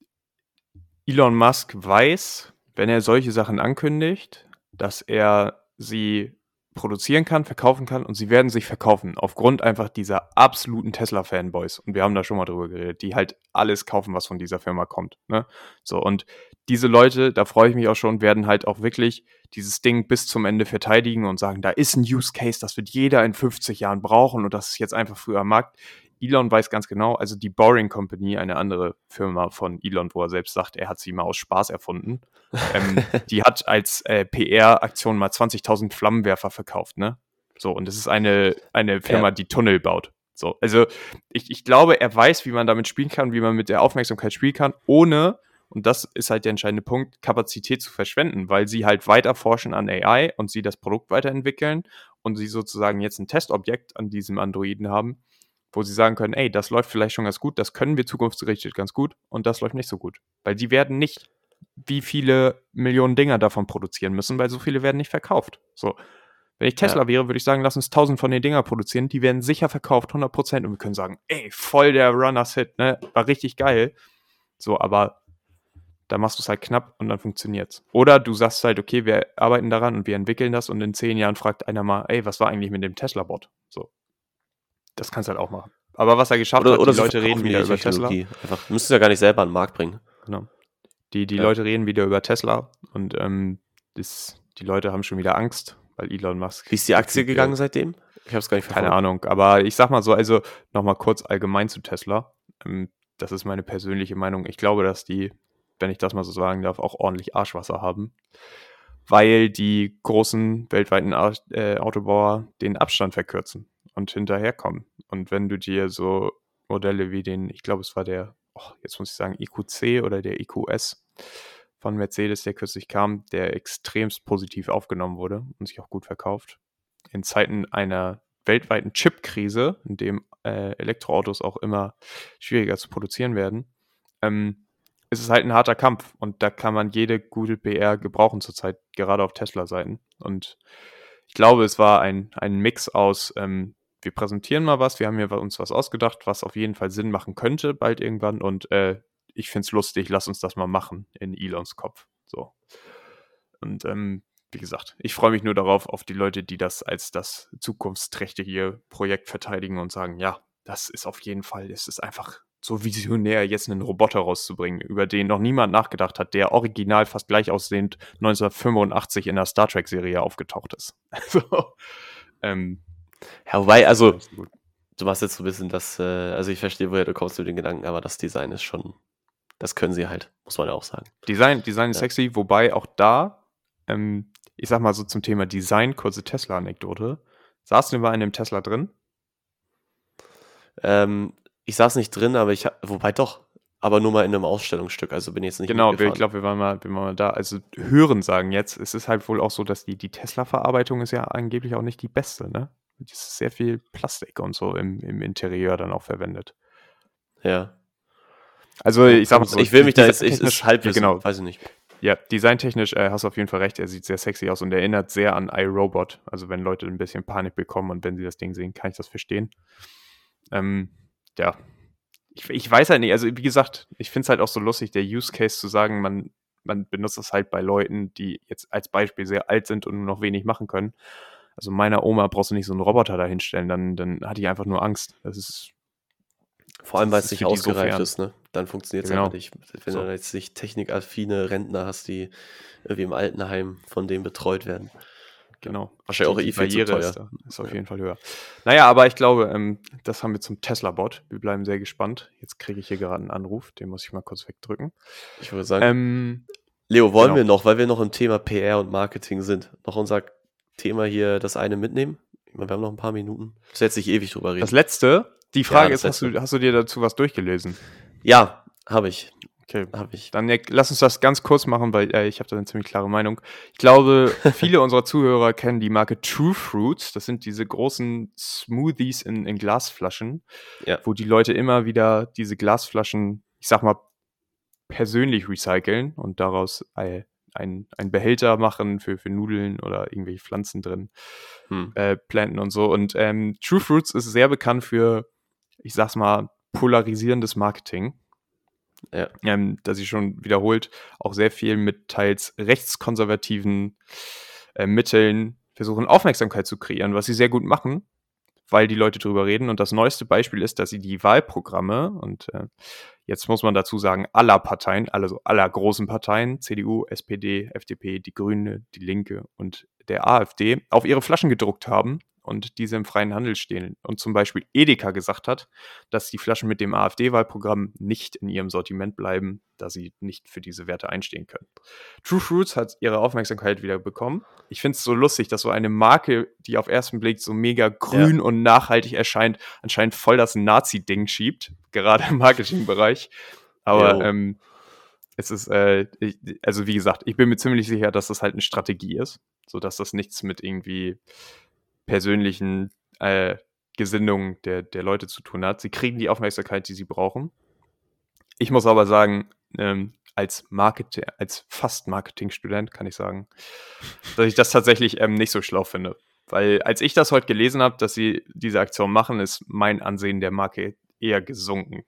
Elon Musk weiß, wenn er solche Sachen ankündigt, dass er sie produzieren kann, verkaufen kann und sie werden sich verkaufen aufgrund einfach dieser absoluten Tesla-Fanboys. Und wir haben da schon mal drüber geredet, die halt alles kaufen, was von dieser Firma kommt, ne? So, und diese Leute, da freue ich mich auch schon, werden halt auch wirklich dieses Ding bis zum Ende verteidigen und sagen, da ist ein Use Case, das wird jeder in fünfzig Jahren brauchen und das ist jetzt einfach früher am Markt. Elon weiß ganz genau, also die Boring Company, eine andere Firma von Elon, wo er selbst sagt, er hat sie mal aus Spaß erfunden, ähm, die hat als äh, P R-Aktion mal zwanzigtausend Flammenwerfer verkauft, ne? So, und das ist eine, eine Firma, Ja, die Tunnel baut. So, also ich, ich glaube, er weiß, wie man damit spielen kann, wie man mit der Aufmerksamkeit spielen kann, ohne, und das ist halt der entscheidende Punkt, Kapazität zu verschwenden, weil sie halt weiter forschen an A I und sie das Produkt weiterentwickeln und sie sozusagen jetzt ein Testobjekt an diesem Androiden haben, wo sie sagen können, ey, das läuft vielleicht schon ganz gut, das können wir zukunftsgerichtet ganz gut und das läuft nicht so gut. Weil die werden nicht wie viele Millionen Dinger davon produzieren müssen, weil so viele werden nicht verkauft. So, wenn ich ja. Tesla wäre, würde ich sagen, lass uns tausend von den Dinger produzieren, die werden sicher verkauft, hundert Prozent und wir können sagen, ey, voll der Runners-Hit, ne, war richtig geil. So, aber da machst du es halt knapp und dann funktioniert's. Oder du sagst halt, okay, wir arbeiten daran und wir entwickeln das und in zehn Jahren fragt einer mal, ey, was war eigentlich mit dem Tesla-Bot? So, das kannst du halt auch machen. Aber was er geschafft Oder hat, die oder sie Leute reden verkaufen wieder die über Tesla. Technologie einfach. Müssen sie ja gar nicht selber an den Markt bringen. Genau. Die, die Ja. Leute reden wieder über Tesla und ähm, das, die Leute haben schon wieder Angst, weil Elon Musk Wie ist die Aktie gefühlt wieder, gegangen seitdem? Ich habe es gar nicht keine verfolgt. Ahnung, aber ich sag mal so, also nochmal kurz allgemein zu Tesla. Ähm, das ist meine persönliche Meinung. Ich glaube, dass die, wenn ich das mal so sagen darf, auch ordentlich Arschwasser haben, weil die großen weltweiten Ar äh, Autobauer den Abstand verkürzen und hinterherkommen. Und wenn du dir so Modelle wie den, ich glaube, es war der, oh, jetzt muss ich sagen, I Q C oder der I Q S von Mercedes, der kürzlich kam, der extremst positiv aufgenommen wurde und sich auch gut verkauft. In Zeiten einer weltweiten Chipkrise, in dem äh, Elektroautos auch immer schwieriger zu produzieren werden, ähm, ist es halt ein harter Kampf und da kann man jede gute P R gebrauchen zurzeit, gerade auf Tesla-Seiten. Und ich glaube, es war ein, ein Mix aus, ähm, wir präsentieren mal was, wir haben hier uns was ausgedacht, was auf jeden Fall Sinn machen könnte, bald irgendwann. Und äh, ich finde es lustig, lass uns das mal machen in Elons Kopf. So. Und ähm, wie gesagt, ich freue mich nur darauf, auf die Leute, die das als das zukunftsträchtige Projekt verteidigen und sagen, ja, das ist auf jeden Fall, es ist einfach so visionär, jetzt einen Roboter rauszubringen, über den noch niemand nachgedacht hat, der original fast gleich aussehend neunzehnhundertfünfundachtzig in der Star Trek-Serie aufgetaucht ist. Also, ähm, Ja, wobei, also, nicht so gut. du machst jetzt so ein bisschen das, äh, also ich verstehe, woher du kommst mit den Gedanken, aber das Design ist schon, das können sie halt, muss man ja auch sagen. Design, Design ist Ja. sexy, wobei auch da, ähm, ich sag mal so zum Thema Design, kurze Tesla-Anekdote. Saßt du mal in einem Tesla drin? Ähm, ich saß nicht drin, aber ich, ha- wobei doch, aber nur mal in einem Ausstellungsstück, also bin jetzt nicht Genau, wir, ich mitgefahren. glaube, wir waren mal, wir waren mal da. Also hören sagen jetzt, es ist halt wohl auch so, dass die, die Tesla-Verarbeitung ist ja angeblich auch nicht die beste, ne? Es ist sehr viel Plastik und so im, im Interieur dann auch verwendet. Ja. Also ich sag mal so, Ich will mich da jetzt, ich, designtechnisch- ist Halbwissen, ja, genau. weiß ich nicht. Ja, designtechnisch äh, hast du auf jeden Fall recht, er sieht sehr sexy aus und erinnert sehr an iRobot. Also wenn Leute ein bisschen Panik bekommen und wenn sie das Ding sehen, kann ich das verstehen. Ähm, ja, ich, ich weiß halt nicht, also wie gesagt, ich finde es halt auch so lustig, der Use Case zu sagen, man, man benutzt das halt bei Leuten, die jetzt als Beispiel sehr alt sind und nur noch wenig machen können. Also meiner Oma brauchst du nicht so einen Roboter da hinstellen, dann, dann hatte ich einfach nur Angst. Das ist Vor allem, weil es das ist nicht für die so ausgereift fern. ist, ne? Dann funktioniert es Genau. einfach nicht. Wenn So. du jetzt nicht technikaffine Rentner hast, die irgendwie im Altenheim von dem betreut werden. Genau. Wahrscheinlich auch Die eh viel zu Barriere teuer. ist, da, ist auf Ja. jeden Fall höher. Naja, aber ich glaube, ähm, das haben wir zum Tesla-Bot. Wir bleiben sehr gespannt. Jetzt kriege ich hier gerade einen Anruf, den muss ich mal kurz wegdrücken. Ich würde sagen, Ähm, Leo, wollen genau. wir noch, weil wir noch im Thema P R und Marketing sind, noch unser Thema hier das eine mitnehmen? Ich meine, wir haben noch ein paar Minuten. Das jetzt nicht ewig drüber reden. Das letzte, die Frage das ist, hast du, Letzte. hast du dir dazu was durchgelesen? Ja, habe ich. Okay, Habe ich. dann äh, lass uns das ganz kurz machen, weil äh, ich habe da eine ziemlich klare Meinung. Ich glaube, viele unserer Zuhörer kennen die Marke True Fruits. Das sind diese großen Smoothies in, in Glasflaschen, Ja. wo die Leute immer wieder diese Glasflaschen, ich sag mal, persönlich recyceln und daraus ein, ein, ein Behälter machen für, für Nudeln oder irgendwelche Pflanzen drin Hm. äh, planten und so. Und ähm, True Fruits ist sehr bekannt für, ich sag's mal, polarisierendes Marketing. Ja. Ähm, dass sie schon wiederholt auch sehr viel mit teils rechtskonservativen äh, Mitteln versuchen, Aufmerksamkeit zu kreieren, was sie sehr gut machen, weil die Leute drüber reden. Und das neueste Beispiel ist, dass sie die Wahlprogramme, und äh, jetzt muss man dazu sagen, aller Parteien, also aller großen Parteien, C D U, S P D, F D P, die Grüne, die Linke und der AfD, auf ihre Flaschen gedruckt haben und diese im freien Handel stehen. Und zum Beispiel Edeka gesagt hat, dass die Flaschen mit dem AfD-Wahlprogramm nicht in ihrem Sortiment bleiben, da sie nicht für diese Werte einstehen können. True Fruits hat ihre Aufmerksamkeit wieder bekommen. Ich finde es so lustig, dass so eine Marke, die auf ersten Blick so mega grün ja. und nachhaltig erscheint, anscheinend voll das Nazi-Ding schiebt, gerade im Marketingbereich. Aber ähm, es ist, äh, ich, also wie gesagt, ich bin mir ziemlich sicher, dass das halt eine Strategie ist, sodass das nichts mit irgendwie persönlichen äh, Gesinnungen der, der Leute zu tun hat. Sie kriegen die Aufmerksamkeit, die sie brauchen. Ich muss aber sagen, ähm, als Marketing, als fast Marketingstudent kann ich sagen, dass ich das tatsächlich ähm, nicht so schlau finde. Weil als ich das heute gelesen habe, dass sie diese Aktion machen, ist mein Ansehen der Marke eher gesunken.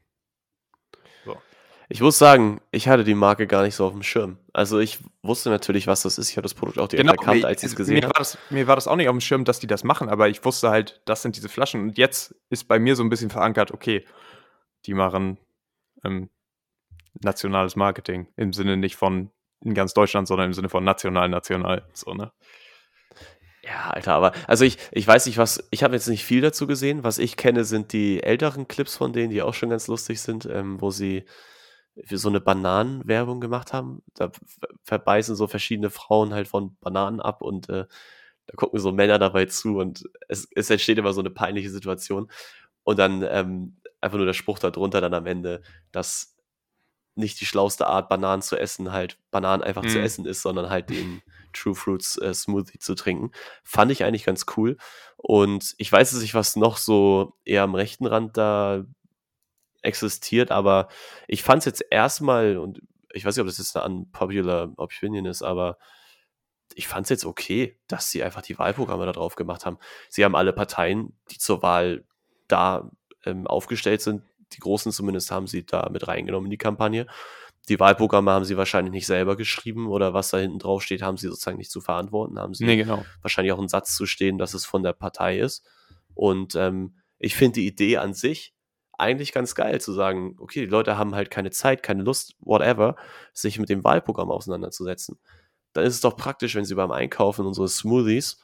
So. Ich muss sagen, ich hatte die Marke gar nicht so auf dem Schirm. Also ich wusste natürlich, was das ist. Ich habe das Produkt auch direkt genau, erkannt, als ich es gesehen habe. Mir war das auch nicht auf dem Schirm, dass die das machen, aber ich wusste halt, das sind diese Flaschen. Und jetzt ist bei mir so ein bisschen verankert, okay, die machen ähm, nationales Marketing. Im Sinne nicht von in ganz Deutschland, sondern im Sinne von national, national. So, ne? Ja, Alter, aber, also ich, ich weiß nicht, was, ich habe jetzt nicht viel dazu gesehen. Was ich kenne, sind die älteren Clips von denen, die auch schon ganz lustig sind, ähm, wo sie für so eine Bananenwerbung gemacht haben. Da verbeißen so verschiedene Frauen halt von Bananen ab und äh, da gucken so Männer dabei zu und es, es entsteht immer so eine peinliche Situation. Und dann ähm, einfach nur der Spruch darunter dann am Ende, dass nicht die schlauste Art, Bananen zu essen, halt Bananen einfach Mhm. zu essen ist, sondern halt den True Fruits äh, Smoothie zu trinken. Fand ich eigentlich ganz cool. Und ich weiß jetzt nicht, was noch so eher am rechten Rand da existiert, aber ich fand es jetzt erstmal, und ich weiß nicht, ob das jetzt eine unpopular Opinion ist, aber ich fand es jetzt okay, dass sie einfach die Wahlprogramme da drauf gemacht haben. Sie haben alle Parteien, die zur Wahl da ähm, aufgestellt sind, die Großen zumindest haben sie da mit reingenommen in die Kampagne. Die Wahlprogramme haben sie wahrscheinlich nicht selber geschrieben oder was da hinten drauf steht, haben sie sozusagen nicht zu verantworten. Haben sie Nee, genau. wahrscheinlich auch einen Satz zu stehen, dass es von der Partei ist. Und ähm, ich finde die Idee an sich eigentlich ganz geil, zu sagen, okay, die Leute haben halt keine Zeit, keine Lust, whatever, sich mit dem Wahlprogramm auseinanderzusetzen. Dann ist es doch praktisch, wenn sie beim Einkaufen unserer Smoothies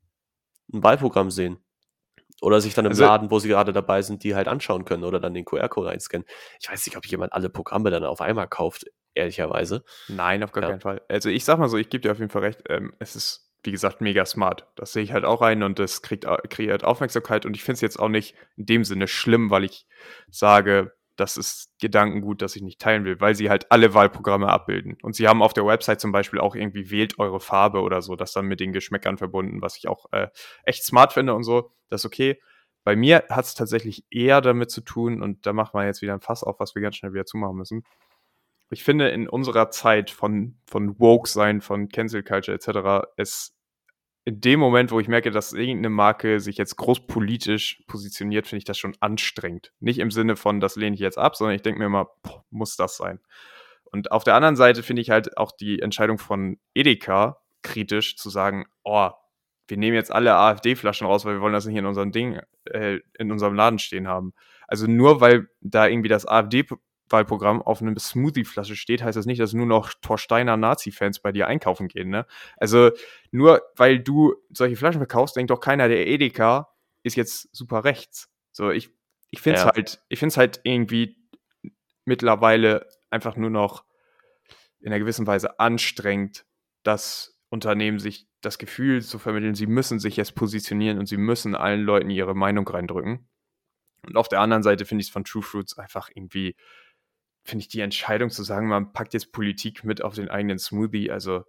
ein Wahlprogramm sehen. Oder sich dann im Also- Laden, wo sie gerade dabei sind, die halt anschauen können oder dann den Q R-Code einscannen. Ich weiß nicht, ob jemand alle Programme dann auf einmal kauft, ehrlicherweise. Nein, auf gar Ja. keinen Fall. Also ich sag mal so, ich gebe dir auf jeden Fall recht, ähm, es ist, wie gesagt, mega smart. Das sehe ich halt auch ein und das kriegt, au- kreiert Aufmerksamkeit und ich finde es jetzt auch nicht in dem Sinne schlimm, weil ich sage, das ist Gedankengut, das ich nicht teilen will, weil sie halt alle Wahlprogramme abbilden. Und sie haben auf der Website zum Beispiel auch irgendwie wählt eure Farbe oder so, das dann mit den Geschmäckern verbunden, was ich auch äh, echt smart finde und so, das ist okay. Bei mir hat es tatsächlich eher damit zu tun, und da machen wir jetzt wieder ein Fass auf, was wir ganz schnell wieder zumachen müssen. Ich finde, in unserer Zeit von, von Woke-Sein, von Cancel Culture et cetera, es in dem Moment, wo ich merke, dass irgendeine Marke sich jetzt großpolitisch positioniert, finde ich das schon anstrengend. Nicht im Sinne von, das lehne ich jetzt ab, sondern ich denke mir immer, boah, muss das sein? Und auf der anderen Seite finde ich halt auch die Entscheidung von Edeka kritisch, zu sagen, oh, wir nehmen jetzt alle AfD-Flaschen raus, weil wir wollen das nicht in unserem Ding, äh, in unserem Laden stehen haben. Also nur weil da irgendwie das AfD-Wahlprogramm auf einer Smoothie-Flasche steht, heißt das nicht, dass nur noch Torsteiner Nazi-Fans bei dir einkaufen gehen, ne? Also nur weil du solche Flaschen verkaufst, denkt doch keiner, der Edeka ist jetzt super rechts. So, ich, ich finde es Ja. halt, ich finde es halt irgendwie mittlerweile einfach nur noch in einer gewissen Weise anstrengend, dass Unternehmen sich das Gefühl zu vermitteln, sie müssen sich jetzt positionieren und sie müssen allen Leuten ihre Meinung reindrücken. Und auf der anderen Seite finde ich es von True Fruits einfach irgendwie, finde ich die Entscheidung zu sagen, man packt jetzt Politik mit auf den eigenen Smoothie, also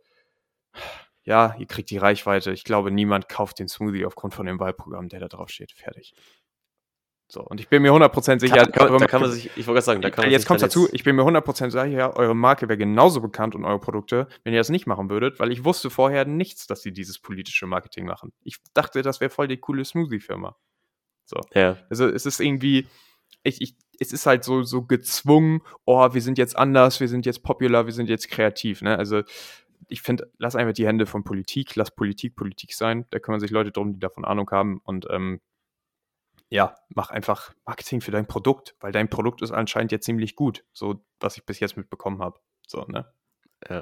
ja, ihr kriegt die Reichweite. Ich glaube, niemand kauft den Smoothie aufgrund von dem Wahlprogramm, der da drauf steht. Fertig. So, und ich bin mir hundert Prozent sicher, Da kann, eure da kann man Marke- sich, ich wollte gerade sagen, da kann man jetzt sich kommt dann dazu, ich bin mir hundert Prozent sicher, eure Marke wäre genauso bekannt und eure Produkte, wenn ihr das nicht machen würdet, weil ich wusste vorher nichts, dass sie dieses politische Marketing machen. Ich dachte, das wäre voll die coole Smoothie-Firma. So. Ja, Also es ist irgendwie, ich, ich, es ist halt so, so gezwungen, oh, wir sind jetzt anders, wir sind jetzt popular, wir sind jetzt kreativ. Ne? Also ich finde, lass einfach die Hände von Politik, lass Politik Politik sein. Da kümmern sich Leute drum, die davon Ahnung haben. Und ähm, ja, mach einfach Marketing für dein Produkt, weil dein Produkt ist anscheinend ja ziemlich gut, so was ich bis jetzt mitbekommen habe. So, ne? ja.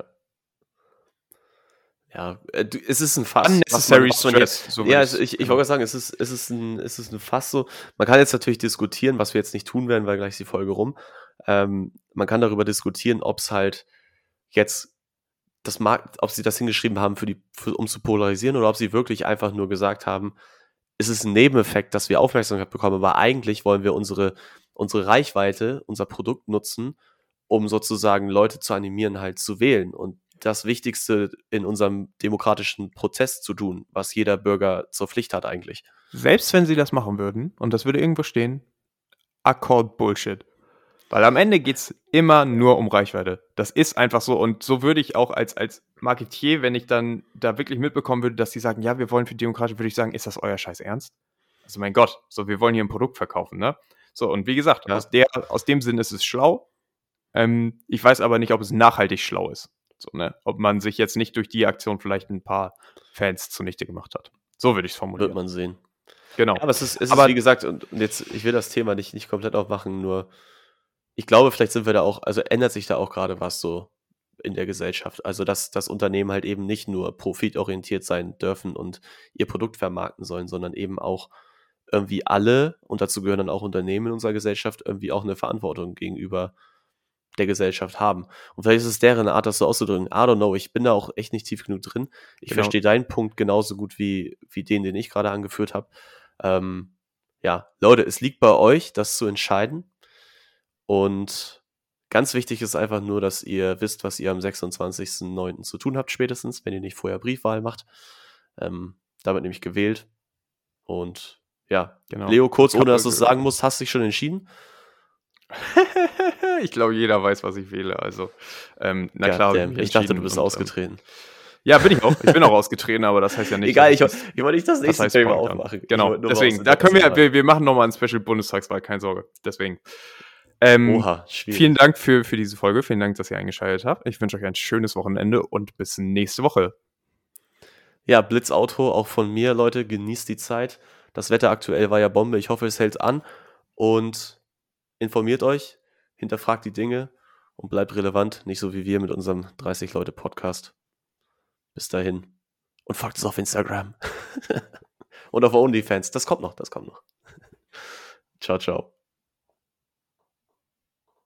Ja, äh, du, es ist ein Fass. Unnecessary was man, was man stress, jetzt, so ja, würd also ich's- ich, ich genau. wollte gerade sagen, es ist, es, ist ein, es ist ein Fass so. Man kann jetzt natürlich diskutieren, was wir jetzt nicht tun werden, weil gleich ist die Folge rum. Ähm, man kann darüber diskutieren, ob es halt jetzt das Markt, ob sie das hingeschrieben haben, für die, für, um zu polarisieren, oder ob sie wirklich einfach nur gesagt haben, es ist ein Nebeneffekt, dass wir Aufmerksamkeit bekommen, aber eigentlich wollen wir unsere, unsere Reichweite, unser Produkt nutzen, um sozusagen Leute zu animieren, halt zu wählen und das Wichtigste in unserem demokratischen Prozess zu tun, was jeder Bürger zur Pflicht hat eigentlich. Selbst wenn sie das machen würden, und das würde irgendwo stehen, Akkord Bullshit. Weil am Ende geht es immer nur um Reichweite. Das ist einfach so. Und so würde ich auch als, als Marketier, wenn ich dann da wirklich mitbekommen würde, dass die sagen, ja, wir wollen für Demokratie, würde ich sagen, ist das euer Scheiß Ernst? Also mein Gott, so, wir wollen hier ein Produkt verkaufen, ne? So, und wie gesagt, Ja. aus, der, aus dem Sinn ist es schlau. Ähm, ich weiß aber nicht, ob es nachhaltig schlau ist. So, ne? Ob man sich jetzt nicht durch die Aktion vielleicht ein paar Fans zunichte gemacht hat. So würde ich es formulieren. Wird man sehen. Genau. Ja, aber es ist, es Aber- ist wie gesagt, und und jetzt, ich will das Thema nicht, nicht komplett aufmachen, nur ich glaube, vielleicht sind wir da auch, also ändert sich da auch gerade was so in der Gesellschaft. Also, dass das Unternehmen halt eben nicht nur profitorientiert sein dürfen und ihr Produkt vermarkten sollen, sondern eben auch irgendwie alle, und dazu gehören dann auch Unternehmen in unserer Gesellschaft, irgendwie auch eine Verantwortung gegenüber der Gesellschaft haben. Und vielleicht ist es deren Art, das so auszudrücken. I don't know, ich bin da auch echt nicht tief genug drin. Ich Genau. verstehe deinen Punkt genauso gut wie, wie den, den ich gerade angeführt habe. Ähm, ja, Leute, es liegt bei euch, das zu entscheiden. Und ganz wichtig ist einfach nur, dass ihr wisst, was ihr am sechsundzwanzigsten neunten zu tun habt, spätestens, wenn ihr nicht vorher Briefwahl macht. Ähm, damit nämlich gewählt. Und ja, Genau. Leo, kurz, Ich hab- ohne dass du es sagen musst, hast du dich schon entschieden? Ich glaube, jeder weiß, was ich wähle. Also, ähm, na God klar, hab damn, mich ich dachte, du entschieden bist und, ähm, ausgetreten. Ja, bin ich auch. Ich bin auch ausgetreten, aber das heißt ja nicht. Egal, ich, dass ich wollte nicht das nächste Thema aufmachen. Genau, deswegen, da können wir, wir, wir machen nochmal ein Special Bundestagswahl, keine Sorge. Deswegen. Ähm, Oha, schwierig. Vielen Dank für, für diese Folge. Vielen Dank, dass ihr eingeschaltet habt. Ich wünsche euch ein schönes Wochenende und bis nächste Woche. Ja, Blitzauto auch von mir, Leute. Genießt die Zeit. Das Wetter aktuell war ja Bombe. Ich hoffe, es hält an. Und informiert euch, hinterfragt die Dinge und bleibt relevant. Nicht so wie wir mit unserem dreißig-Leute-Podcast. Bis dahin. Und folgt uns auf Instagram. Und auf OnlyFans. Das kommt noch, das kommt noch. Ciao, ciao.